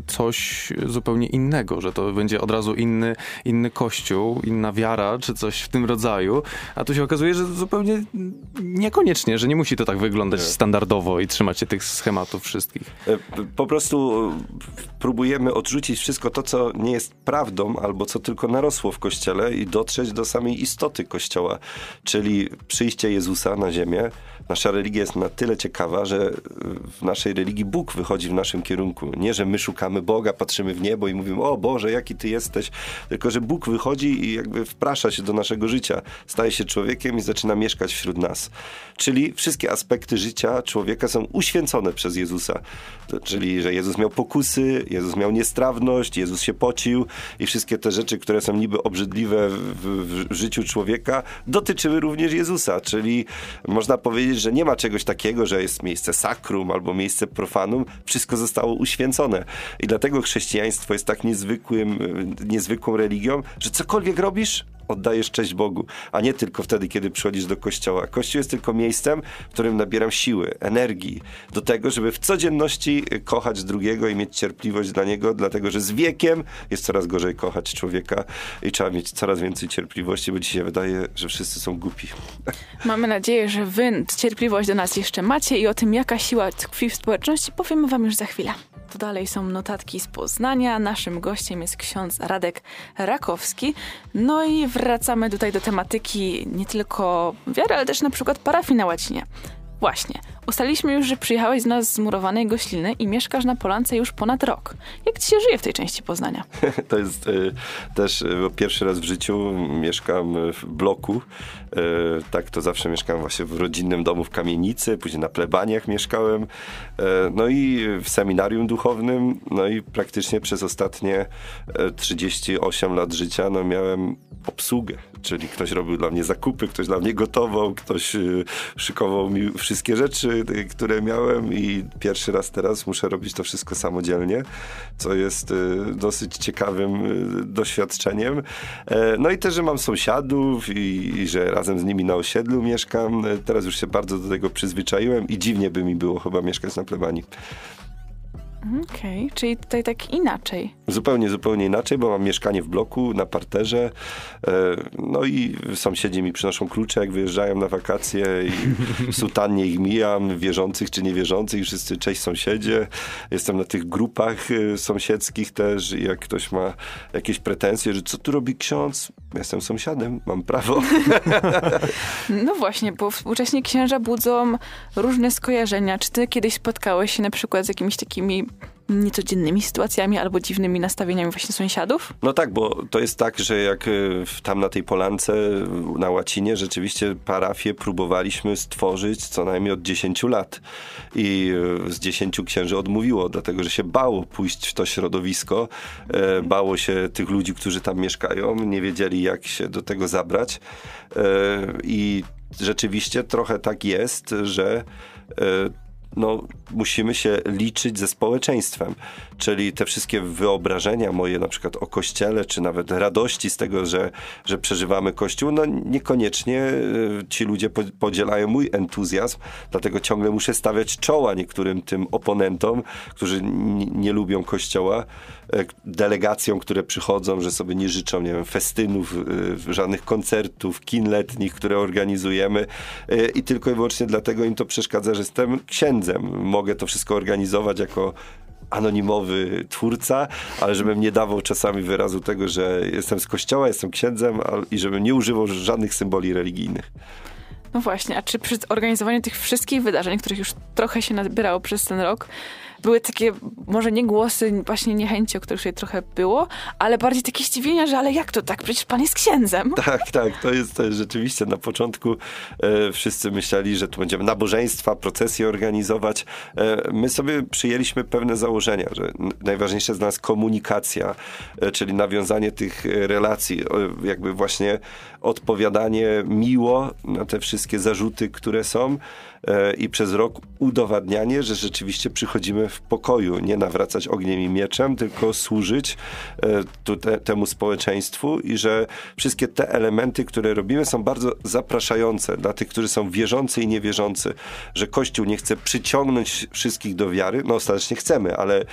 S3: coś zupełnie innego, że to będzie od razu inny kościół, inna wiara, czy coś w tym rodzaju, a tu się okazuje, że zupełnie niekoniecznie, że nie musi to tak wyglądać standardowo i trzymać się tych schematów wszystkich.
S4: Po prostu próbujemy odrzucić wszystko to, co nie jest prawdą, albo co tylko narosło w Kościele i dotrzeć do samej istoty Kościoła, czyli przyjście Jezusa na ziemię. Nasza religia jest na tyle ciekawa, że w naszej religii Bóg wychodzi w naszym kierunku. Nie, że my szukamy Boga, patrzymy w niebo i mówimy, o Boże, jaki Ty jesteś, tylko, że Bóg wychodzi i jakby wprasza się do naszego życia. Staje się człowiekiem i zaczyna mieszkać wśród nas. Czyli wszystkie aspekty życia człowieka są uświęcone przez Jezusa. Czyli, że Jezus miał pokusy, Jezus miał niestrawność, Jezus się pocił i wszystkie te rzeczy, które są niby obrzydliwe w życiu człowieka, dotyczyły również Jezusa. Czyli można powiedzieć, że nie ma czegoś takiego, że jest miejsce sakrum albo miejsce profanum. Wszystko zostało uświęcone. I dlatego chrześcijaństwo jest tak niezwykłą religią, że cokolwiek robisz, oddajesz cześć Bogu, a nie tylko wtedy, kiedy przychodzisz do kościoła. Kościół jest tylko miejscem, w którym nabieram siły, energii do tego, żeby w codzienności kochać drugiego i mieć cierpliwość dla niego, dlatego, że z wiekiem jest coraz gorzej kochać człowieka i trzeba mieć coraz więcej cierpliwości, bo dzisiaj wydaje, że wszyscy są głupi.
S2: Mamy nadzieję, że wy cierpliwość do nas jeszcze macie i o tym, jaka siła tkwi w społeczności, powiemy wam już za chwilę. To dalej są notatki z Poznania. Naszym gościem jest ksiądz Radek Rakowski. No i wracamy tutaj do tematyki nie tylko wiary, ale też na przykład parafii na łacinie. Właśnie. Ustaliliśmy już, że przyjechałeś z nas z murowanej Gośliny i mieszkasz na Polance już ponad rok. Jak ci się żyje w tej części Poznania?
S4: To jest też pierwszy raz w życiu mieszkam w bloku. Tak to zawsze mieszkałem właśnie w rodzinnym domu w Kamienicy, później na plebaniach mieszkałem. No i w seminarium duchownym. No i praktycznie przez ostatnie 38 lat życia miałem obsługę. Czyli ktoś robił dla mnie zakupy, ktoś dla mnie gotował, ktoś szykował mi wszystkie rzeczy, które miałem i pierwszy raz teraz muszę robić to wszystko samodzielnie, co jest dosyć ciekawym doświadczeniem. No i też, że mam sąsiadów i że razem z nimi na osiedlu mieszkam. Teraz już się bardzo do tego przyzwyczaiłem i dziwnie by mi było chyba mieszkać na plebanii.
S2: Okej, czyli tutaj tak inaczej.
S4: Zupełnie inaczej, bo mam mieszkanie w bloku, na parterze, no i sąsiedzi mi przynoszą klucze, jak wyjeżdżają na wakacje i sutannie ich mijam, wierzących czy niewierzących, i wszyscy cześć sąsiedzie. Jestem na tych grupach sąsiedzkich też i jak ktoś ma jakieś pretensje, że co tu robi ksiądz? Jestem sąsiadem, mam prawo.
S2: No właśnie, bo współcześnie księża budzą różne skojarzenia. Czy ty kiedyś spotkałeś się na przykład z jakimiś takimi niecodziennymi sytuacjami albo dziwnymi nastawieniami właśnie sąsiadów?
S4: No tak, bo to jest tak, że jak tam na tej Polance na Łacinie rzeczywiście parafię próbowaliśmy stworzyć co najmniej od 10 lat i z 10 księży odmówiło, dlatego że się bało pójść w to środowisko, bało się tych ludzi, którzy tam mieszkają, nie wiedzieli jak się do tego zabrać i rzeczywiście trochę tak jest, że musimy się liczyć ze społeczeństwem. Czyli te wszystkie wyobrażenia moje na przykład o Kościele, czy nawet radości z tego, że przeżywamy Kościół, niekoniecznie ci ludzie podzielają mój entuzjazm, dlatego ciągle muszę stawiać czoła niektórym tym oponentom, którzy nie lubią Kościoła, delegacjom, które przychodzą, że sobie nie życzą, nie wiem, festynów, żadnych koncertów, kin letnich, które organizujemy i tylko i wyłącznie dlatego im to przeszkadza, że jestem księdzem. Mogę to wszystko organizować jako anonimowy twórca, ale żebym nie dawał czasami wyrazu tego, że jestem z Kościoła, jestem księdzem i żebym nie używał żadnych symboli religijnych.
S2: No właśnie, a czy przy organizowaniu tych wszystkich wydarzeń, których już trochę się nazbierało przez ten rok, były takie, może nie głosy właśnie niechęci, o których tutaj trochę było, ale bardziej takie zdziwienia, że ale jak to tak? Przecież pan jest księdzem.
S4: Tak, to jest rzeczywiście na początku wszyscy myśleli, że tu będziemy nabożeństwa, procesje organizować. My sobie przyjęliśmy pewne założenia, że najważniejsza jest dla nas komunikacja, czyli nawiązanie tych relacji, jakby właśnie odpowiadanie miło na te wszystkie zarzuty, które są i przez rok udowadnianie, że rzeczywiście przychodzimy w pokoju, nie nawracać ogniem i mieczem, tylko służyć temu społeczeństwu i że wszystkie te elementy, które robimy, są bardzo zapraszające dla tych, którzy są wierzący i niewierzący, że Kościół nie chce przyciągnąć wszystkich do wiary, no ostatecznie chcemy, ale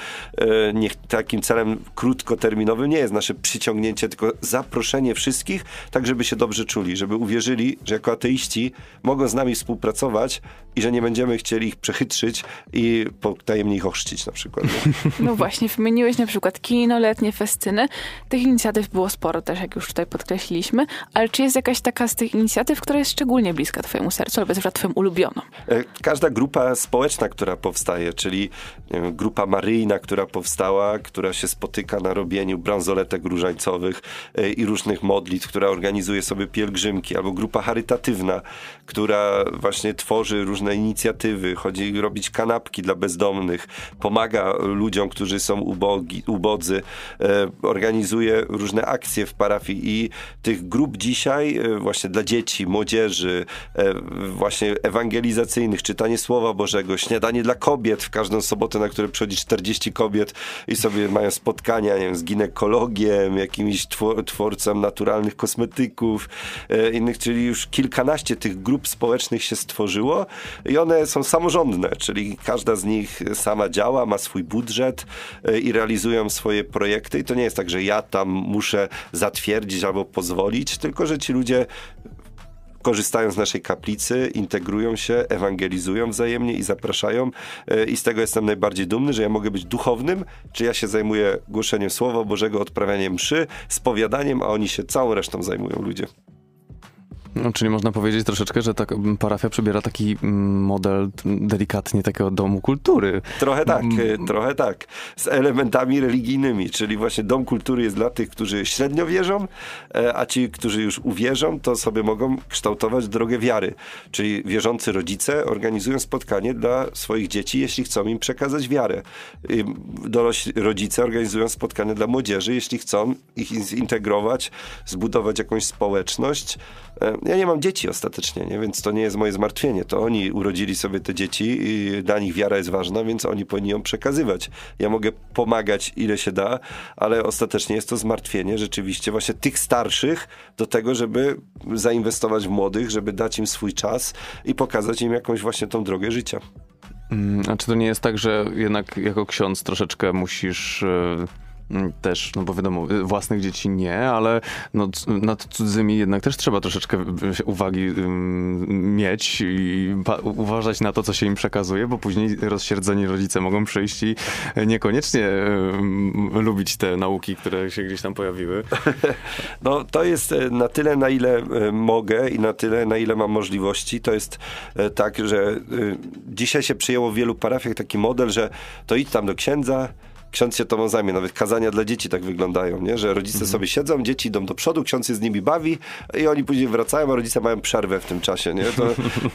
S4: takim celem krótkoterminowym nie jest nasze przyciągnięcie, tylko zaproszenie wszystkich, tak żeby się dobrze czuli, żeby uwierzyli, że jako ateiści mogą z nami współpracować i że nie będziemy chcieli ich przechytrzyć i potajemnie ich ochrzcić na przykład.
S2: No właśnie, wymieniłeś na przykład kino, letnie festyny. Tych inicjatyw było sporo też, jak już tutaj podkreśliliśmy, ale czy jest jakaś taka z tych inicjatyw, która jest szczególnie bliska twojemu sercu, albo jest twoją ulubioną?
S4: Każda grupa społeczna, która powstaje, czyli grupa maryjna, która powstała, która się spotyka na robieniu bransoletek różańcowych i różnych modlitw, która organizuje sobie pielgrzymki, albo grupa charytatywna, która właśnie tworzy różne inicjatywy, chodzi robić kanapki dla bezdomnych, pomaga ludziom, którzy są ubodzy, organizuje różne akcje w parafii i tych grup dzisiaj właśnie dla dzieci, młodzieży, właśnie ewangelizacyjnych, czytanie Słowa Bożego, śniadanie dla kobiet w każdą sobotę, na które przychodzi 40 kobiet i sobie mają spotkania, nie wiem, z ginekologiem, jakimś twórcą naturalnych kosmetyków, innych, czyli już kilkanaście tych grup społecznych się stworzyło i one są samorządne, czyli każda z nich sama działa, ma swój budżet i realizują swoje projekty i to nie jest tak, że ja tam muszę zatwierdzić albo pozwolić, tylko że ci ludzie korzystają z naszej kaplicy, integrują się, ewangelizują wzajemnie i zapraszają i z tego jestem najbardziej dumny, że ja mogę być duchownym, czy ja się zajmuję głoszeniem Słowa Bożego, odprawianiem mszy, spowiadaniem, a oni się całą resztą zajmują ludzie.
S3: No, czyli można powiedzieć troszeczkę, że ta parafia przybiera taki model delikatnie takiego domu kultury.
S4: Trochę tak. Z elementami religijnymi, czyli właśnie dom kultury jest dla tych, którzy średnio wierzą, a ci, którzy już uwierzą, to sobie mogą kształtować drogę wiary. Czyli wierzący rodzice organizują spotkanie dla swoich dzieci, jeśli chcą im przekazać wiarę. Dorośli rodzice organizują spotkanie dla młodzieży, jeśli chcą ich zintegrować, zbudować jakąś społeczność. Ja nie mam dzieci ostatecznie, nie? Więc to nie jest moje zmartwienie. To oni urodzili sobie te dzieci i dla nich wiara jest ważna, więc oni powinni ją przekazywać. Ja mogę pomagać ile się da, ale ostatecznie jest to zmartwienie rzeczywiście właśnie tych starszych do tego, żeby zainwestować w młodych, żeby dać im swój czas i pokazać im jakąś właśnie tą drogę życia.
S3: A czy to nie jest tak, że jednak jako ksiądz troszeczkę musisz też, no bo wiadomo, własnych dzieci nie, ale no, nad cudzymi jednak też trzeba troszeczkę uwagi mieć i uważać na to, co się im przekazuje, bo później rozsierdzeni rodzice mogą przyjść i niekoniecznie lubić te nauki, które się gdzieś tam pojawiły.
S4: No to jest na tyle, na ile mogę i na tyle, na ile mam możliwości. To jest tak, że dzisiaj się przyjęło w wielu parafiach taki model, że to idź tam do księdza, ksiądz się tobą zajmie. Nawet kazania dla dzieci tak wyglądają, nie? Że rodzice sobie siedzą, dzieci idą do przodu, ksiądz się z nimi bawi i oni później wracają, a rodzice mają przerwę w tym czasie. Nie? To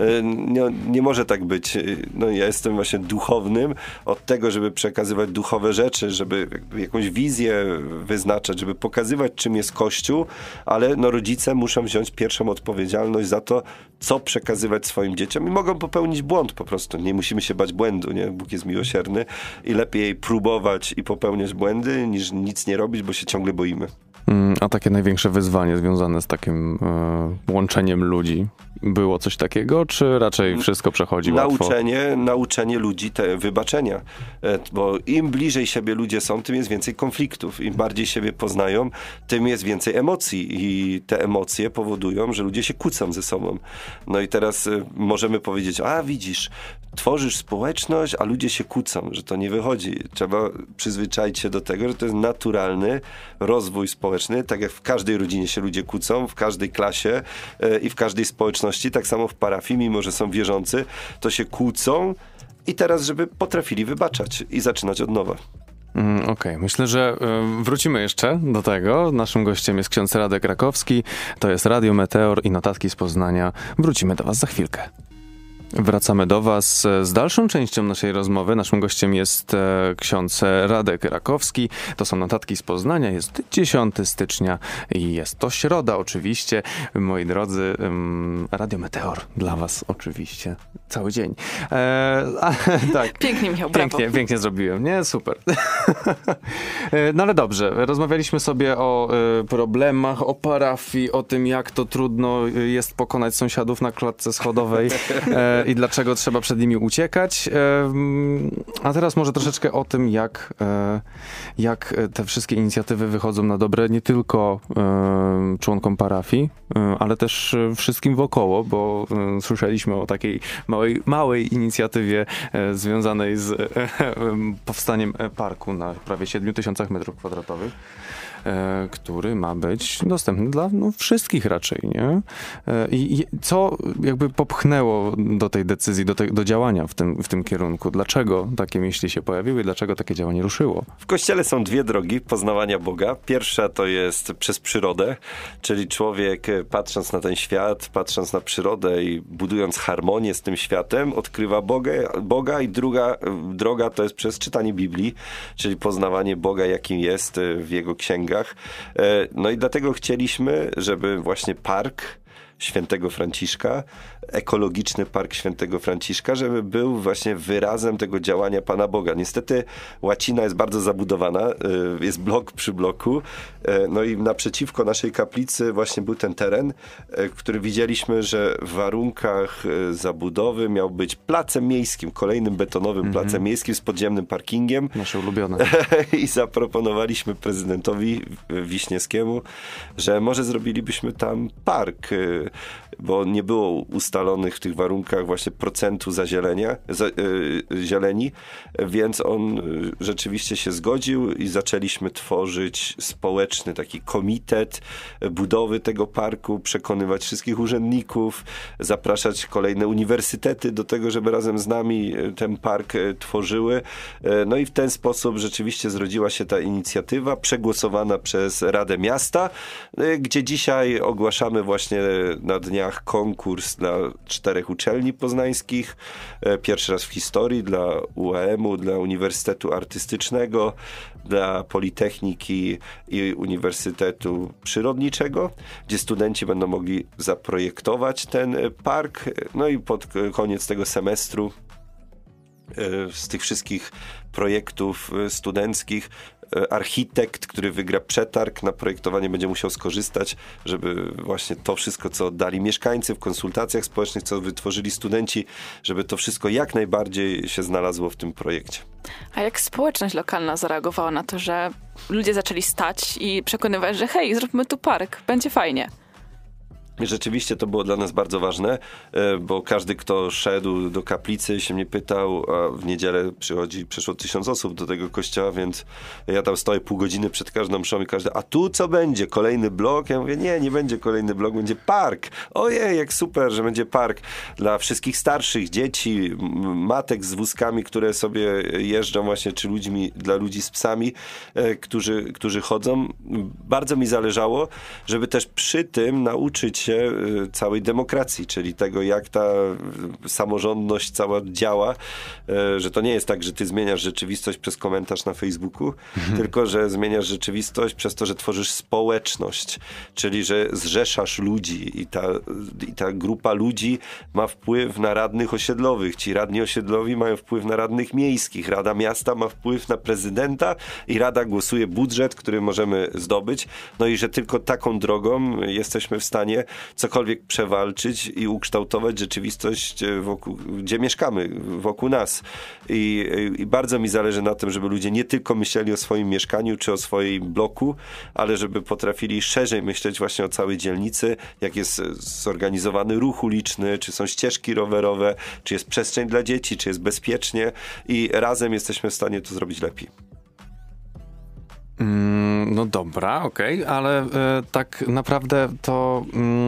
S4: nie może tak być. No, ja jestem właśnie duchownym od tego, żeby przekazywać duchowe rzeczy, żeby jakąś wizję wyznaczać, żeby pokazywać, czym jest Kościół, ale no, rodzice muszą wziąć pierwszą odpowiedzialność za to, co przekazywać swoim dzieciom i mogą popełnić błąd po prostu. Nie musimy się bać błędu, nie? Bóg jest miłosierny i lepiej próbować i popełniać błędy, niż nic nie robić, bo się ciągle boimy.
S3: A takie największe wyzwanie związane z takim łączeniem ludzi, było coś takiego, czy raczej wszystko przechodzi łatwo?
S4: Nauczenie ludzi wybaczenia, bo im bliżej siebie ludzie są, tym jest więcej konfliktów. Im bardziej siebie poznają, tym jest więcej emocji i te emocje powodują, że ludzie się kłócą ze sobą. No i teraz możemy powiedzieć, a widzisz, tworzysz społeczność, a ludzie się kłócą, że to nie wychodzi. Trzeba przyzwyczaić się do tego, że to jest naturalny rozwój społeczny, tak jak w każdej rodzinie się ludzie kłócą, w każdej klasie i w każdej społeczności, tak samo w parafii, mimo że są wierzący, to się kłócą i teraz, żeby potrafili wybaczać i zaczynać od nowa.
S3: Okej, myślę, że wrócimy jeszcze do tego. Naszym gościem jest ksiądz Radek Rakowski, to jest Radio Meteor i Notatki z Poznania. Wrócimy do was za chwilkę. Wracamy do was z dalszą częścią naszej rozmowy. Naszym gościem jest ksiądz Radek Rakowski. To są Notatki z Poznania. Jest 10 stycznia i jest to środa oczywiście. Moi drodzy, Radio Meteor dla was oczywiście. Cały dzień. Tak.
S2: Pięknie, Michał, brawo.
S3: Pięknie zrobiłem, nie? Super. No ale dobrze, rozmawialiśmy sobie o problemach, o parafii, o tym, jak to trudno jest pokonać sąsiadów na klatce schodowej i dlaczego trzeba przed nimi uciekać. A teraz może troszeczkę o tym, jak te wszystkie inicjatywy wychodzą na dobre nie tylko członkom parafii, ale też wszystkim wokoło, bo słyszeliśmy o takiej małej inicjatywie związanej z powstaniem parku na prawie 7000 m2, który ma być dostępny dla wszystkich raczej, nie? I co jakby popchnęło do tej decyzji, do działania w tym kierunku? Dlaczego takie myśli się pojawiły i dlaczego takie działanie ruszyło?
S4: W Kościele są dwie drogi poznawania Boga. Pierwsza to jest przez przyrodę, czyli człowiek patrząc na ten świat, patrząc na przyrodę i budując harmonię z tym światem, odkrywa Boga i druga droga to jest przez czytanie Biblii, czyli poznawanie Boga, jakim jest w Jego księgach. No i dlatego chcieliśmy, żeby właśnie park Świętego Franciszka, ekologiczny park Świętego Franciszka, żeby był właśnie wyrazem tego działania Pana Boga. Niestety łacina jest bardzo zabudowana, jest blok przy bloku, no i naprzeciwko naszej kaplicy właśnie był ten teren, który widzieliśmy, że w warunkach zabudowy miał być placem miejskim, kolejnym betonowym placem miejskim z podziemnym parkingiem.
S3: Nasze ulubione.
S4: I zaproponowaliśmy prezydentowi Wiśniewskiemu, że może zrobilibyśmy tam park, bo nie było ustalonych w tych warunkach właśnie procentu zieleni, więc on rzeczywiście się zgodził i zaczęliśmy tworzyć społeczny taki komitet budowy tego parku, przekonywać wszystkich urzędników, zapraszać kolejne uniwersytety do tego, żeby razem z nami ten park tworzyły. No i w ten sposób rzeczywiście zrodziła się ta inicjatywa, przegłosowana przez Radę Miasta, gdzie dzisiaj ogłaszamy właśnie na dniach konkurs dla 4 uczelni poznańskich. Pierwszy raz w historii dla UAM-u, dla Uniwersytetu Artystycznego, dla Politechniki i Uniwersytetu Przyrodniczego, gdzie studenci będą mogli zaprojektować ten park. No i pod koniec tego semestru z tych wszystkich projektów studenckich architekt, który wygra przetarg na projektowanie, będzie musiał skorzystać, żeby właśnie to wszystko, co oddali mieszkańcy w konsultacjach społecznych, co wytworzyli studenci, żeby to wszystko jak najbardziej się znalazło w tym projekcie.
S2: A jak społeczność lokalna zareagowała na to, że ludzie zaczęli stać i przekonywać, że hej, zróbmy tu park, będzie fajnie?
S4: Rzeczywiście to było dla nas bardzo ważne, bo każdy, kto szedł do kaplicy, się mnie pytał, a w niedzielę przyszło 1000 osób do tego kościoła, więc ja tam stoję pół godziny przed każdą mszą i każdy, a tu co będzie? Kolejny blok? Ja mówię, nie będzie kolejny blok, będzie park. Ojej, jak super, że będzie park dla wszystkich starszych, dzieci, matek z wózkami, które sobie jeżdżą właśnie, czy dla ludzi z psami, którzy chodzą. Bardzo mi zależało, żeby też przy tym nauczyć się całej demokracji, czyli tego, jak ta samorządność cała działa, że to nie jest tak, że ty zmieniasz rzeczywistość przez komentarz na Facebooku, tylko, że zmieniasz rzeczywistość przez to, że tworzysz społeczność, czyli, że zrzeszasz ludzi i ta grupa ludzi ma wpływ na radnych osiedlowych. Ci radni osiedlowi mają wpływ na radnych miejskich. Rada Miasta ma wpływ na prezydenta i Rada głosuje budżet, który możemy zdobyć. No i że tylko taką drogą jesteśmy w stanie cokolwiek przewalczyć i ukształtować rzeczywistość, gdzie mieszkamy, wokół nas. I bardzo mi zależy na tym, żeby ludzie nie tylko myśleli o swoim mieszkaniu czy o swoim bloku, ale żeby potrafili szerzej myśleć właśnie o całej dzielnicy, jak jest zorganizowany ruch uliczny, czy są ścieżki rowerowe, czy jest przestrzeń dla dzieci, czy jest bezpiecznie i razem jesteśmy w stanie to zrobić lepiej.
S3: No dobra, okej, ale tak naprawdę to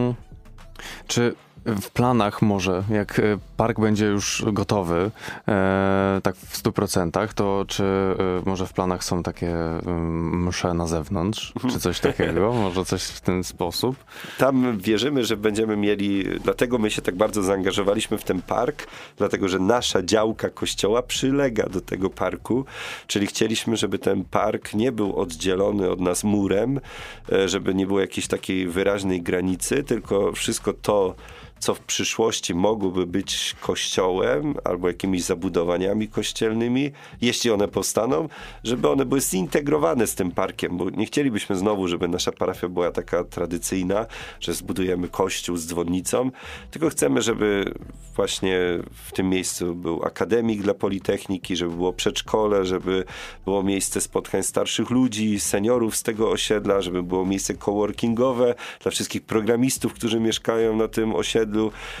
S3: czy w planach może, jak park będzie już gotowy, tak w 100%, to czy może w planach są takie msze na zewnątrz, czy coś takiego? Może coś w ten sposób?
S4: Tam wierzymy, że będziemy mieli, dlatego my się tak bardzo zaangażowaliśmy w ten park, dlatego, że nasza działka kościoła przylega do tego parku, czyli chcieliśmy, żeby ten park nie był oddzielony od nas murem, żeby nie było jakiejś takiej wyraźnej granicy, tylko wszystko to, co w przyszłości mogłoby być kościołem albo jakimiś zabudowaniami kościelnymi, jeśli one powstaną, żeby one były zintegrowane z tym parkiem, bo nie chcielibyśmy znowu, żeby nasza parafia była taka tradycyjna, że zbudujemy kościół z dzwonnicą, tylko chcemy, żeby właśnie w tym miejscu był akademik dla Politechniki, żeby było przedszkole, żeby było miejsce spotkań starszych ludzi, seniorów z tego osiedla, żeby było miejsce coworkingowe dla wszystkich programistów, którzy mieszkają na tym osiedlu,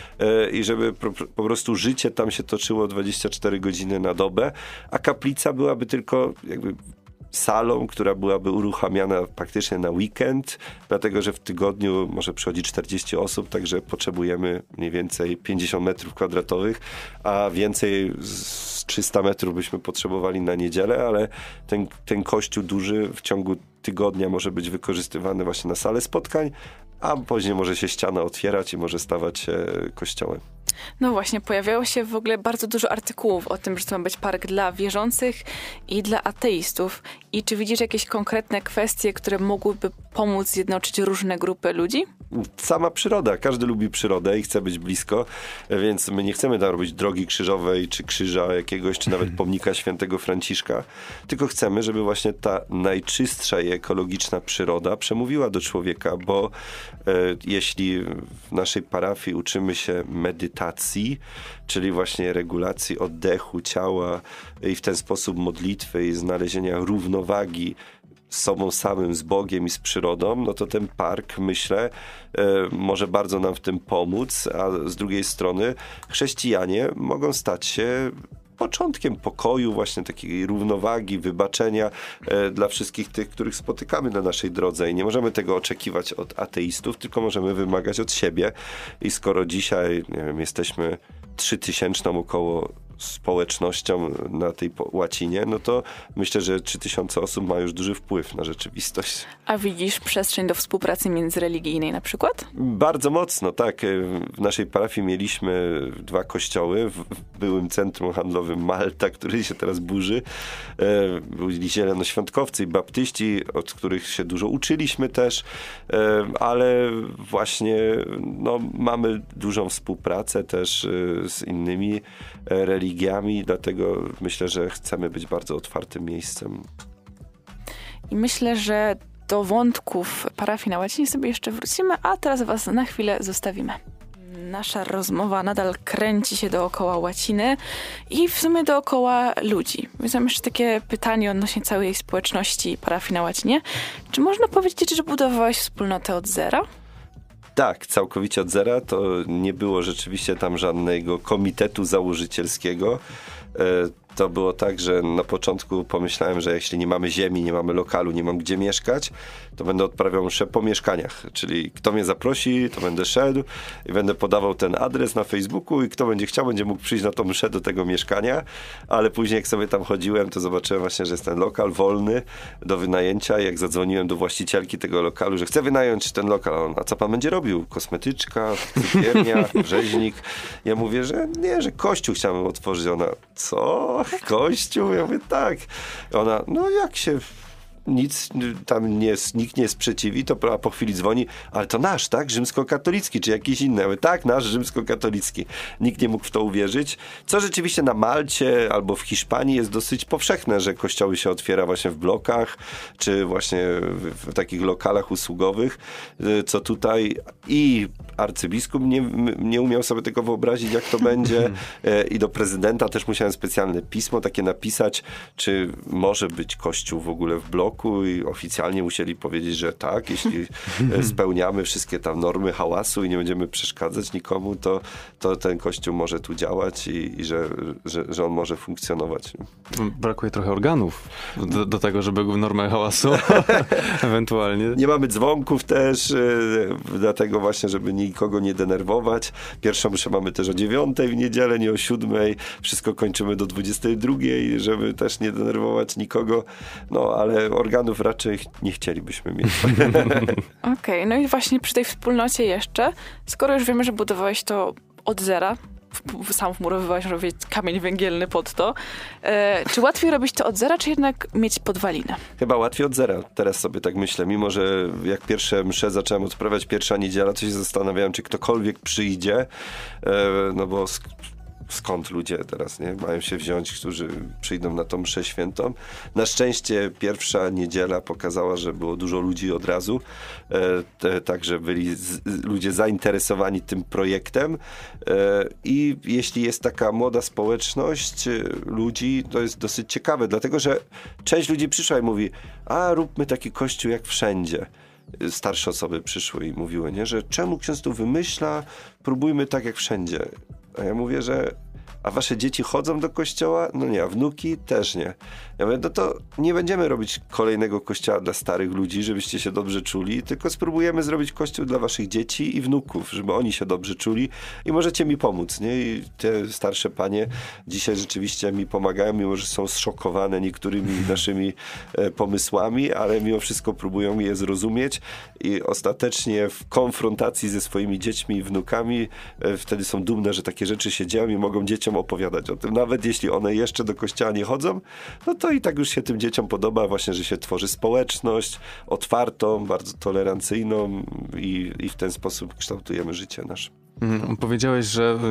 S4: i żeby po prostu życie tam się toczyło 24 godziny na dobę, a kaplica byłaby tylko jakby salą, która byłaby uruchamiana praktycznie na weekend, dlatego, że w tygodniu może przychodzi 40 osób, także potrzebujemy mniej więcej 50 metrów kwadratowych, a więcej z 300 metrów byśmy potrzebowali na niedzielę, ale ten kościół duży w ciągu tygodnia może być wykorzystywany właśnie na salę spotkań, a później może się ściana otwierać i może stawać się kościołem.
S2: No właśnie, pojawiało się w ogóle bardzo dużo artykułów o tym, że to ma być park dla wierzących i dla ateistów. I czy widzisz jakieś konkretne kwestie, które mogłyby pomóc zjednoczyć różne grupy ludzi?
S4: Sama przyroda. Każdy lubi przyrodę i chce być blisko, więc my nie chcemy tam robić drogi krzyżowej, czy krzyża jakiegoś, czy nawet pomnika świętego Franciszka, tylko chcemy, żeby właśnie ta najczystsza i ekologiczna przyroda przemówiła do człowieka, bo jeśli w naszej parafii uczymy się medytacji, czyli właśnie regulacji oddechu, ciała i w ten sposób modlitwy i znalezienia równowagi z sobą samym, z Bogiem i z przyrodą, no to ten park, myślę, może bardzo nam w tym pomóc, a z drugiej strony chrześcijanie mogą stać się początkiem pokoju, właśnie takiej równowagi, wybaczenia dla wszystkich tych, których spotykamy na naszej drodze i nie możemy tego oczekiwać od ateistów, tylko możemy wymagać od siebie i skoro dzisiaj, nie wiem, jesteśmy 3000 około społecznością na tej łacinie, no to myślę, że 3000 osób ma już duży wpływ na rzeczywistość.
S2: A widzisz przestrzeń do współpracy międzyreligijnej na przykład?
S4: Bardzo mocno, tak. W naszej parafii mieliśmy 2 kościoły w byłym centrum handlowym Malta, który się teraz burzy. Byli zielonoświątkowcy i baptyści, od których się dużo uczyliśmy też, ale właśnie no, mamy dużą współpracę też z innymi religiami, dlatego myślę, że chcemy być bardzo otwartym miejscem.
S2: I myślę, że do wątków parafii na łacinie sobie jeszcze wrócimy, a teraz was na chwilę zostawimy. Nasza rozmowa nadal kręci się dookoła łaciny i w sumie dookoła ludzi. Więc mam jeszcze takie pytanie odnośnie całej społeczności parafii na łacinie. Czy można powiedzieć, że budowałeś wspólnotę od zera?
S4: Tak, całkowicie od zera. To nie było rzeczywiście tam żadnego komitetu założycielskiego. To było tak, że na początku pomyślałem, że jeśli nie mamy ziemi, nie mamy lokalu, nie mam gdzie mieszkać, to będę odprawiał mszę po mieszkaniach. Czyli kto mnie zaprosi, to będę szedł i będę podawał ten adres na Facebooku i kto będzie chciał, będzie mógł przyjść na tą mszę do tego mieszkania. Ale później jak sobie tam chodziłem, to zobaczyłem właśnie, że jest ten lokal wolny do wynajęcia. Jak zadzwoniłem do właścicielki tego lokalu, że chcę wynająć ten lokal, a co pan będzie robił? Kosmetyczka, cukiernia, rzeźnik. Ja mówię, że nie, że kościół chciałem otworzyć. Ona, co? Kościół? Ja mówię, tak. Ona, no jak się nic tam nikt nie sprzeciwi, a po chwili dzwoni, ale to nasz, tak? Rzymskokatolicki, czy jakiś inny. Mówię, tak, nasz rzymskokatolicki. Nikt nie mógł w to uwierzyć. Co rzeczywiście na Malcie albo w Hiszpanii jest dosyć powszechne, że kościoły się otwiera właśnie w blokach, czy właśnie w takich lokalach usługowych, co tutaj i arcybiskup nie umiał sobie tego wyobrazić, jak to będzie, i do prezydenta też musiałem specjalne pismo takie napisać, czy może być kościół w ogóle w bloku, i oficjalnie musieli powiedzieć, że tak, jeśli spełniamy wszystkie tam normy hałasu i nie będziemy przeszkadzać nikomu, to ten kościół może tu działać i że on może funkcjonować.
S3: Brakuje trochę organów do tego, żeby były normy hałasu ewentualnie.
S4: Nie mamy dzwonków też, dlatego właśnie, żeby nikogo nie denerwować. Pierwszą mszę mamy też o 9:00 w niedzielę, nie o 7:00. Wszystko kończymy do 22:00, żeby też nie denerwować nikogo. No, ale organów raczej nie chcielibyśmy mieć.
S2: Okej, no i właśnie przy tej wspólnocie jeszcze, skoro już wiemy, że budowałeś to od zera, sam wmurowywałeś kamień węgielny pod to, czy łatwiej robić to od zera, czy jednak mieć podwaliny?
S4: Chyba łatwiej od zera, teraz sobie tak myślę. Mimo że jak pierwsze msze zacząłem odprawiać, pierwsza niedziela, to się zastanawiałem, czy ktokolwiek przyjdzie, no bo skąd ludzie teraz mają się wziąć, którzy przyjdą na tą mszę świętą. Na szczęście pierwsza niedziela pokazała, że było dużo ludzi od razu, także byli ludzie zainteresowani tym projektem, i jeśli jest taka młoda społeczność ludzi, to jest dosyć ciekawe, dlatego że część ludzi przyszła i mówi, róbmy taki kościół jak wszędzie. Starsze osoby przyszły i mówiły, że czemu ksiądz tu wymyśla, próbujmy tak jak wszędzie. A ja mówię, a wasze dzieci chodzą do kościoła? No nie, a wnuki też nie. Ja mówię, no to nie będziemy robić kolejnego kościoła dla starych ludzi, żebyście się dobrze czuli, tylko spróbujemy zrobić kościół dla waszych dzieci i wnuków, żeby oni się dobrze czuli i możecie mi pomóc, nie? I te starsze panie dzisiaj rzeczywiście mi pomagają, mimo że są zszokowane niektórymi naszymi pomysłami, ale mimo wszystko próbują je zrozumieć i ostatecznie w konfrontacji ze swoimi dziećmi i wnukami wtedy są dumne, że takie rzeczy się dzieją i mogą dzieciom opowiadać o tym. Nawet jeśli one jeszcze do kościoła nie chodzą, no to i tak już się tym dzieciom podoba właśnie, że się tworzy społeczność otwartą, bardzo tolerancyjną i w ten sposób kształtujemy życie nasze.
S3: Powiedziałeś, że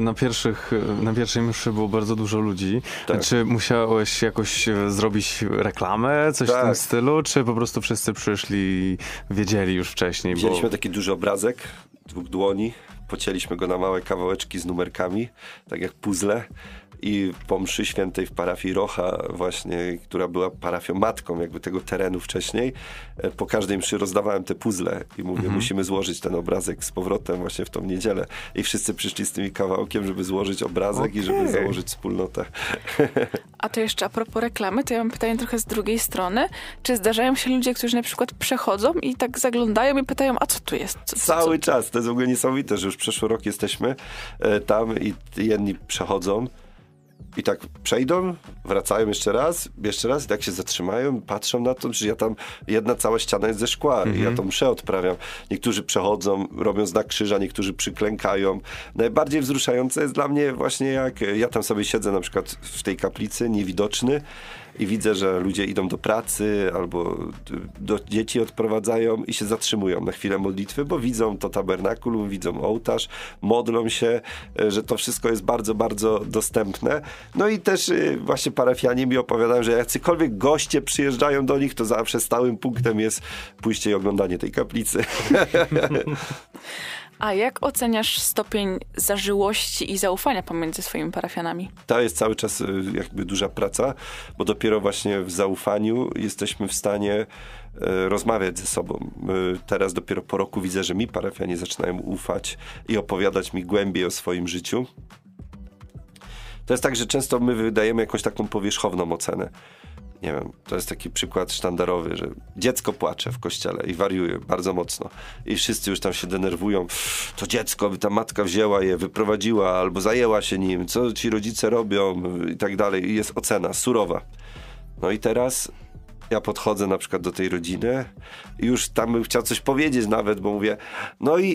S3: na pierwszej mszy było bardzo dużo ludzi.
S4: Tak.
S3: Czy musiałeś jakoś zrobić reklamę, coś w tym stylu, czy po prostu wszyscy przyszli i wiedzieli już wcześniej?
S4: Wzięliśmy taki duży obrazek 2 dłoni, pocięliśmy go na małe kawałeczki z numerkami, tak jak puzzle. I po mszy świętej w parafii Rocha właśnie, która była parafią matką jakby tego terenu wcześniej, po każdej mszy rozdawałem te puzzle i mówię, musimy złożyć ten obrazek z powrotem właśnie w tą niedzielę. I wszyscy przyszli z tym kawałkiem, żeby złożyć obrazek i żeby założyć wspólnotę.
S2: A to jeszcze a propos reklamy, to ja mam pytanie trochę z drugiej strony. Czy zdarzają się ludzie, którzy na przykład przechodzą i tak zaglądają i pytają, a co tu jest?
S4: Cały czas. To jest w ogóle niesamowite, że już przeszły rok jesteśmy tam i jedni przechodzą i tak przejdą, wracają jeszcze raz i tak się zatrzymają, patrzą na to, że jedna cała ściana jest ze szkła i ja tą mszę odprawiam. Niektórzy przechodzą, robią znak krzyża, niektórzy przyklękają. Najbardziej wzruszające jest dla mnie właśnie jak ja tam sobie siedzę na przykład w tej kaplicy, niewidoczny, i widzę, że ludzie idą do pracy albo do dzieci odprowadzają i się zatrzymują na chwilę modlitwy, bo widzą to tabernakulum, widzą ołtarz, modlą się, że to wszystko jest bardzo, bardzo dostępne. No i też właśnie parafianie mi opowiadają, że jacykolwiek goście przyjeżdżają do nich, to zawsze stałym punktem jest pójście i oglądanie tej kaplicy.
S2: A jak oceniasz stopień zażyłości i zaufania pomiędzy swoimi parafianami?
S4: To jest cały czas jakby duża praca, bo dopiero właśnie w zaufaniu jesteśmy w stanie rozmawiać ze sobą. Teraz dopiero po roku widzę, że mi parafianie zaczynają ufać i opowiadać mi głębiej o swoim życiu. To jest tak, że często my wydajemy jakąś taką powierzchowną ocenę. Nie wiem, to jest taki przykład sztandarowy, że dziecko płacze w kościele i wariuje bardzo mocno. I wszyscy już tam się denerwują. To dziecko, ta matka wzięła je, wyprowadziła albo zajęła się nim. Co ci rodzice robią i tak dalej. I jest ocena surowa. No i teraz ja podchodzę na przykład do tej rodziny i już tam bym chciał coś powiedzieć nawet, bo mówię,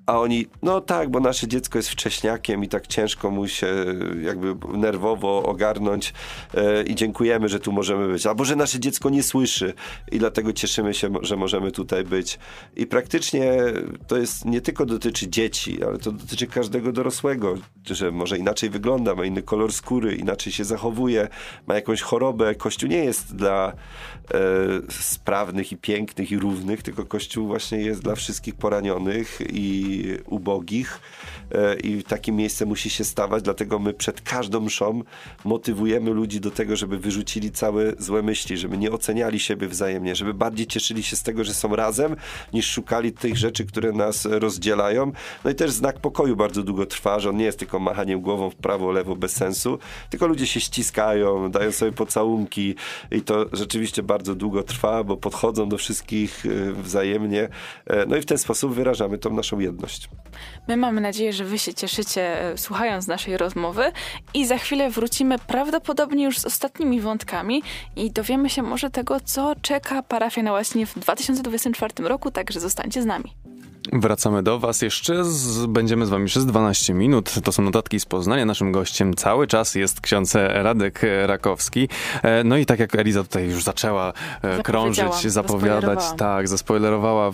S4: a oni, no tak, bo nasze dziecko jest wcześniakiem i tak ciężko mu się jakby nerwowo ogarnąć i dziękujemy, że tu możemy być. Albo, że nasze dziecko nie słyszy i dlatego cieszymy się, że możemy tutaj być. I praktycznie to jest nie tylko dotyczy dzieci, ale to dotyczy każdego dorosłego, że może inaczej wygląda, ma inny kolor skóry, inaczej się zachowuje, ma jakąś chorobę. Kościół nie jest dla sprawnych i pięknych i równych, tylko Kościół właśnie jest dla wszystkich poranionych i ubogich i takie miejsce musi się stawać, dlatego my przed każdą mszą motywujemy ludzi do tego, żeby wyrzucili całe złe myśli, żeby nie oceniali siebie wzajemnie, żeby bardziej cieszyli się z tego, że są razem, niż szukali tych rzeczy, które nas rozdzielają. No i też znak pokoju bardzo długo trwa, że on nie jest tylko machaniem głową w prawo, lewo bez sensu, tylko ludzie się ściskają, dają sobie pocałunki i to rzeczywiście bardzo długo trwa, bo podchodzą do wszystkich wzajemnie. No i w ten sposób wyrażamy tą naszą jedność.
S2: My mamy nadzieję, że wy się cieszycie słuchając naszej rozmowy i za chwilę wrócimy prawdopodobnie już z ostatnimi wątkami i dowiemy się może tego, co czeka parafię na Łasinie w 2024 roku, także zostańcie z nami.
S3: Wracamy do was jeszcze, będziemy z wami przez 12 minut. To są notatki z Poznania. Naszym gościem cały czas jest ksiądz Radek Rakowski. No i tak jak Eliza tutaj już zaczęła krążyć, zapowiadać, tak, zaspoilerowała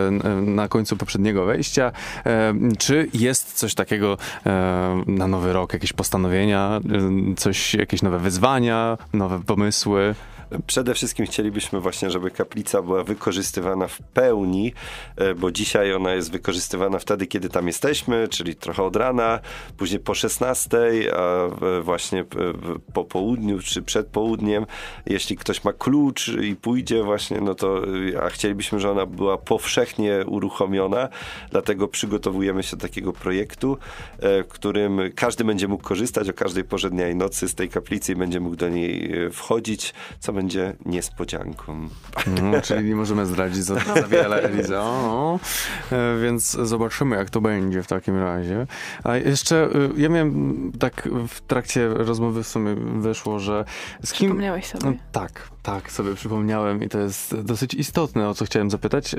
S3: na końcu poprzedniego wejścia. Czy jest coś takiego na nowy rok, jakieś postanowienia, jakieś nowe wyzwania, nowe pomysły?
S4: Przede wszystkim chcielibyśmy właśnie, żeby kaplica była wykorzystywana w pełni, bo dzisiaj ona jest wykorzystywana wtedy, kiedy tam jesteśmy, czyli trochę od rana, później po 16, a właśnie po południu czy przed południem. Jeśli ktoś ma klucz i pójdzie właśnie, no to a chcielibyśmy, żeby ona była powszechnie uruchomiona, dlatego przygotowujemy się do takiego projektu, w którym każdy będzie mógł korzystać o każdej porze dnia i nocy z tej kaplicy i będzie mógł do niej wchodzić, co będzie niespodzianką.
S3: Czyli nie możemy zdradzić za wiele, Eliza. Więc zobaczymy, jak to będzie w takim razie. A jeszcze ja miałem tak w trakcie rozmowy w sumie wyszło, że z kim...
S2: Przypomniałeś sobie?
S3: Tak, sobie przypomniałem i to jest dosyć istotne, o co chciałem zapytać.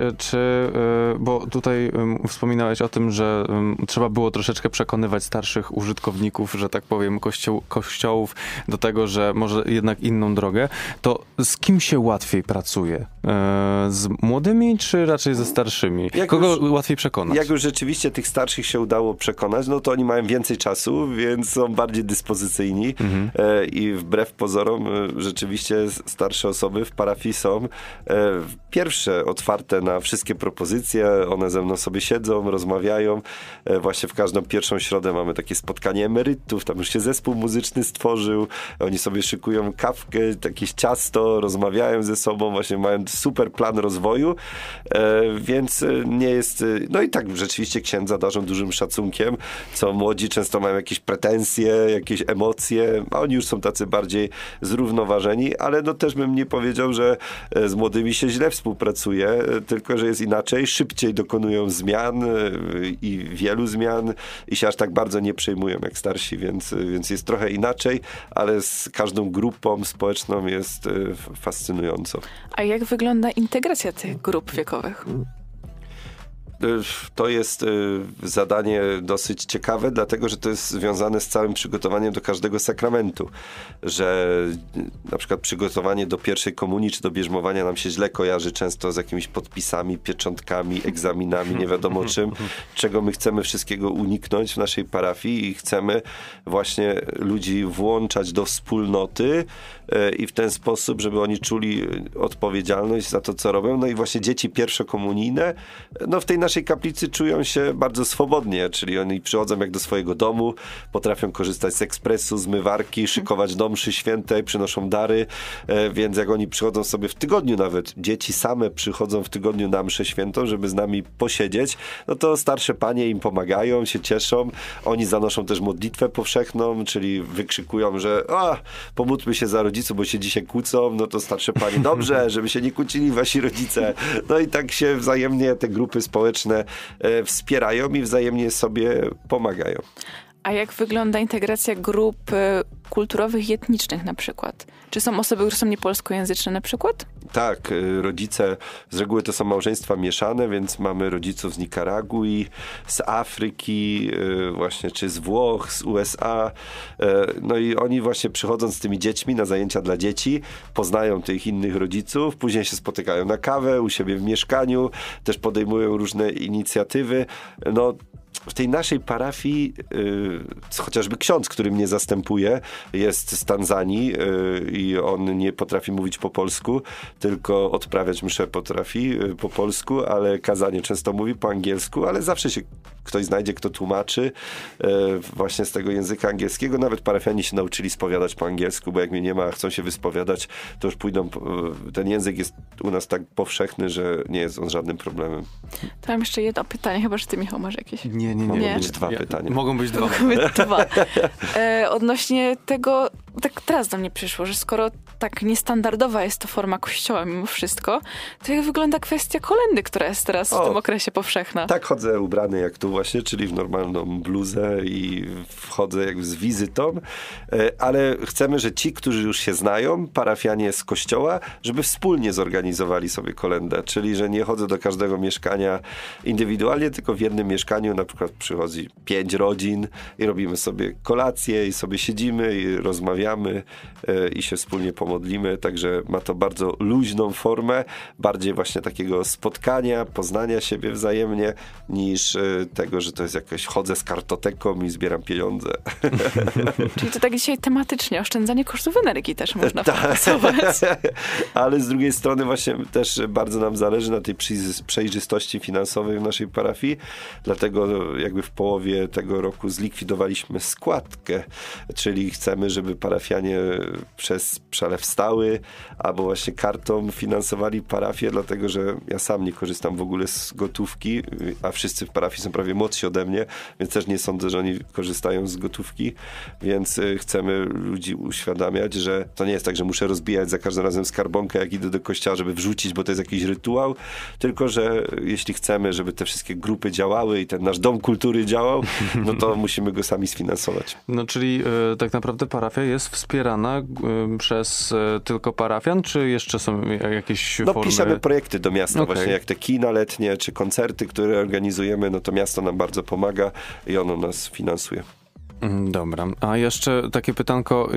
S3: Bo tutaj wspominałeś o tym, że trzeba było troszeczkę przekonywać starszych użytkowników, że tak powiem, kościołów do tego, że może jednak inną drogę. To z kim się łatwiej pracuje? Z młodymi, czy raczej ze starszymi? Kogo łatwiej przekonać?
S4: Jak już rzeczywiście tych starszych się udało przekonać, no to oni mają więcej czasu, więc są bardziej dyspozycyjni i wbrew pozorom rzeczywiście starsze osoby w parafii są pierwsze otwarte na wszystkie propozycje. One ze mną sobie siedzą, rozmawiają. Właśnie w każdą pierwszą środę mamy takie spotkanie emerytów. Tam już się zespół muzyczny stworzył. Oni sobie szykują kawkę, jakieś ciasto, rozmawiają ze sobą, właśnie mają super plan rozwoju, więc nie jest... No i tak rzeczywiście księdza darzą dużym szacunkiem, co młodzi często mają jakieś pretensje, jakieś emocje, a oni już są tacy bardziej zrównoważeni, ale no też bym nie powiedział, że z młodymi się źle współpracuje, tylko że jest inaczej, szybciej dokonują zmian i wielu zmian i się aż tak bardzo nie przejmują jak starsi, więc jest trochę inaczej, ale z każdą grupą społeczną jest fascynująco.
S2: A jak wygląda integracja tych grup wiekowych?
S4: To jest zadanie dosyć ciekawe, dlatego że to jest związane z całym przygotowaniem do każdego sakramentu, że na przykład przygotowanie do pierwszej komunii czy do bierzmowania nam się źle kojarzy często z jakimiś podpisami, pieczątkami, egzaminami, nie wiadomo czym, czego my chcemy wszystkiego uniknąć w naszej parafii i chcemy właśnie ludzi włączać do wspólnoty i w ten sposób, żeby oni czuli odpowiedzialność za to, co robią. No i właśnie dzieci pierwszokomunijne, no w tej naszej kaplicy czują się bardzo swobodnie, czyli oni przychodzą jak do swojego domu, potrafią korzystać z ekspresu, zmywarki, szykować do mszy świętej, przynoszą dary, więc jak oni przychodzą sobie w tygodniu nawet, dzieci same przychodzą w tygodniu na mszę świętą, żeby z nami posiedzieć, no to starsze panie im pomagają, się cieszą, oni zanoszą też modlitwę powszechną, czyli wykrzykują, że pomódlmy się za rodziców, bo się dzisiaj kłócą, no to starsze panie, dobrze, żeby się nie kłócili wasi rodzice. No i tak się wzajemnie te grupy społeczne wspierają i wzajemnie sobie pomagają.
S2: A jak wygląda integracja grup kulturowych i etnicznych na przykład? Czy są osoby, które są niepolskojęzyczne na przykład?
S4: Tak, rodzice, z reguły to są małżeństwa mieszane, więc mamy rodziców z Nikaragui, z Afryki, właśnie, czy z Włoch, z USA. No i oni właśnie przychodząc z tymi dziećmi na zajęcia dla dzieci, poznają tych innych rodziców, później się spotykają na kawę u siebie w mieszkaniu, też podejmują różne inicjatywy. No, w tej naszej parafii chociażby ksiądz, który mnie zastępuje, jest z Tanzanii i on nie potrafi mówić po polsku, tylko odprawiać mszę potrafi po polsku, ale kazanie często mówi po angielsku, ale zawsze się ktoś znajdzie, kto tłumaczy właśnie z tego języka angielskiego. Nawet parafianie się nauczyli spowiadać po angielsku, bo jak mnie nie ma, chcą się wyspowiadać, to już pójdą. Ten język jest u nas tak powszechny, że nie jest on żadnym problemem.
S2: To mam jeszcze jedno pytanie, chyba że ty, Michał, masz jakieś?
S3: Nie.
S4: Mogą być dwa pytania.
S3: Mogą być dwa.
S2: Odnośnie tego, tak teraz do mnie przyszło, że skoro tak niestandardowa jest to forma kościoła mimo wszystko, to jak wygląda kwestia kolędy, która jest teraz w tym okresie powszechna?
S4: Tak, chodzę ubrany jak tu właśnie, czyli w normalną bluzę i wchodzę jakby z wizytą, ale chcemy, że ci, którzy już się znają, parafianie z kościoła, żeby wspólnie zorganizowali sobie kolędę, czyli że nie chodzę do każdego mieszkania indywidualnie, tylko w jednym mieszkaniu na przykład przychodzi 5 rodzin i robimy sobie kolację i sobie siedzimy i rozmawiamy i się wspólnie pomodlimy, także ma to bardzo luźną formę, bardziej właśnie takiego spotkania, poznania siebie wzajemnie, niż tego, że to jest jakoś chodzę z kartoteką i zbieram pieniądze.
S2: Czyli to tak dzisiaj tematycznie, oszczędzanie kosztów energii też można pracować.
S4: Ale z drugiej strony właśnie też bardzo nam zależy na tej przejrzystości finansowej w naszej parafii, dlatego jakby w połowie tego roku zlikwidowaliśmy składkę, czyli chcemy, żeby parafianie przez przelew stały albo właśnie kartą finansowali parafię, dlatego że ja sam nie korzystam w ogóle z gotówki, a wszyscy w parafii są prawie młodsi ode mnie, więc też nie sądzę, że oni korzystają z gotówki, więc chcemy ludzi uświadamiać, że to nie jest tak, że muszę rozbijać za każdym razem skarbonkę, jak idę do kościoła, żeby wrzucić, bo to jest jakiś rytuał, tylko że jeśli chcemy, żeby te wszystkie grupy działały i ten nasz dom kultury działał, no to musimy go sami sfinansować.
S3: No czyli tak naprawdę parafia jest wspierana przez tylko parafian, czy jeszcze są jakieś formy?
S4: Piszemy projekty do miasta, właśnie jak te kina letnie, czy koncerty, które organizujemy, no to miasto nam bardzo pomaga i ono nas finansuje.
S3: Dobra, a jeszcze takie pytanko,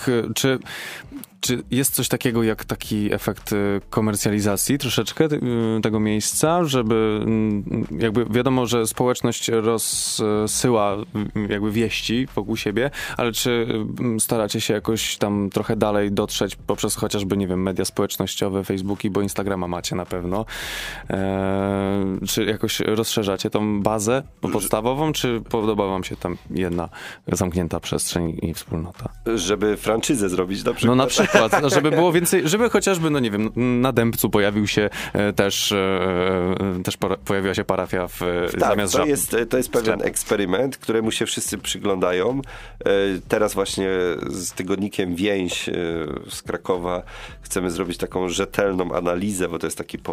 S3: czy jest coś takiego jak taki efekt komercjalizacji troszeczkę tego miejsca, żeby jakby wiadomo, że społeczność rozsyła jakby wieści wokół siebie, ale czy staracie się jakoś tam trochę dalej dotrzeć poprzez chociażby, nie wiem, media społecznościowe, Facebooki, bo Instagrama macie na pewno. Czy jakoś rozszerzacie tą bazę podstawową, czy podoba wam się tam jedna zamknięta przestrzeń i wspólnota?
S4: Żeby franczyzę zrobić na przykład.
S3: No na przykład. No, żeby było więcej, żeby chociażby, no nie wiem, na Dębcu pojawił się też pojawiła się parafia zamiast żab.
S4: To jest pewien eksperyment, któremu się wszyscy przyglądają. Teraz właśnie z tygodnikiem Więź z Krakowa chcemy zrobić taką rzetelną analizę, bo to jest taki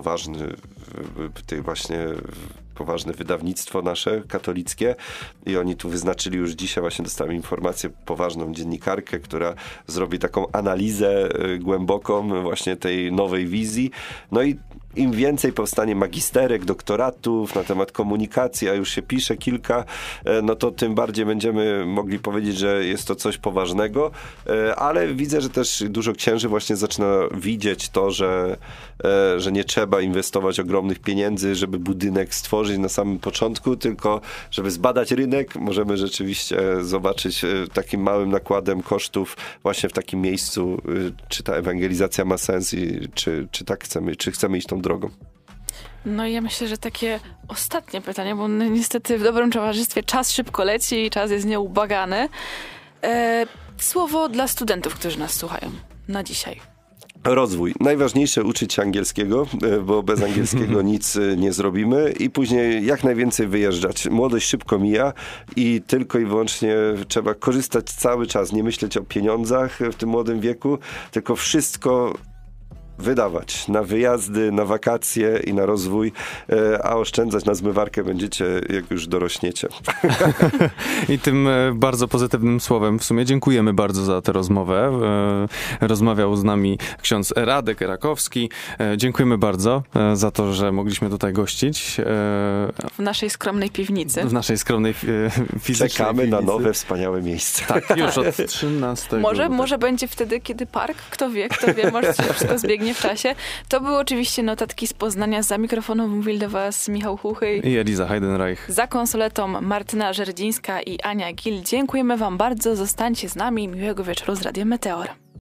S4: poważne wydawnictwo nasze, katolickie i oni tu wyznaczyli już dzisiaj, właśnie dostałem informację, poważną dziennikarkę, która zrobi taką analizę głęboką właśnie tej nowej wizji. No i im więcej powstanie magisterek, doktoratów na temat komunikacji, a już się pisze kilka, no to tym bardziej będziemy mogli powiedzieć, że jest to coś poważnego, ale widzę, że też dużo księży właśnie zaczyna widzieć to, że nie trzeba inwestować ogromnych pieniędzy, żeby budynek stworzyć na samym początku, tylko żeby zbadać rynek, możemy rzeczywiście zobaczyć takim małym nakładem kosztów właśnie w takim miejscu, czy ta ewangelizacja ma sens i czy tak chcemy, czy chcemy iść tą drogą.
S2: No i ja myślę, że takie ostatnie pytanie, bo niestety w dobrym towarzystwie czas szybko leci i czas jest nieubagany. Słowo dla studentów, którzy nas słuchają na dzisiaj.
S4: Rozwój. Najważniejsze uczyć się angielskiego, bo bez angielskiego nic nie zrobimy i później jak najwięcej wyjeżdżać. Młodość szybko mija i tylko i wyłącznie trzeba korzystać cały czas, nie myśleć o pieniądzach w tym młodym wieku, tylko wszystko wydawać na wyjazdy, na wakacje i na rozwój, a oszczędzać na zmywarkę będziecie, jak już dorośniecie.
S3: I tym bardzo pozytywnym słowem w sumie dziękujemy bardzo za tę rozmowę. Rozmawiał z nami ksiądz Radek Rakowski. Dziękujemy bardzo za to, że mogliśmy tutaj gościć.
S2: W naszej skromnej piwnicy.
S3: W naszej skromnej fizycznej
S4: Czekamy
S3: piwnicy.
S4: na nowe, wspaniałe miejsca.
S3: Tak, już od 13.
S2: Może będzie wtedy, kiedy park? Kto wie, może się wszystko zbiegnie w czasie. To były oczywiście notatki z Poznania. Za mikrofonem mówili do was Michał Chuchyj
S3: i Eliza Heidenreich.
S2: Za konsoletą Martyna Żerdzińska i Ania Gil. Dziękujemy wam bardzo. Zostańcie z nami. Miłego wieczoru z Radiem Meteor.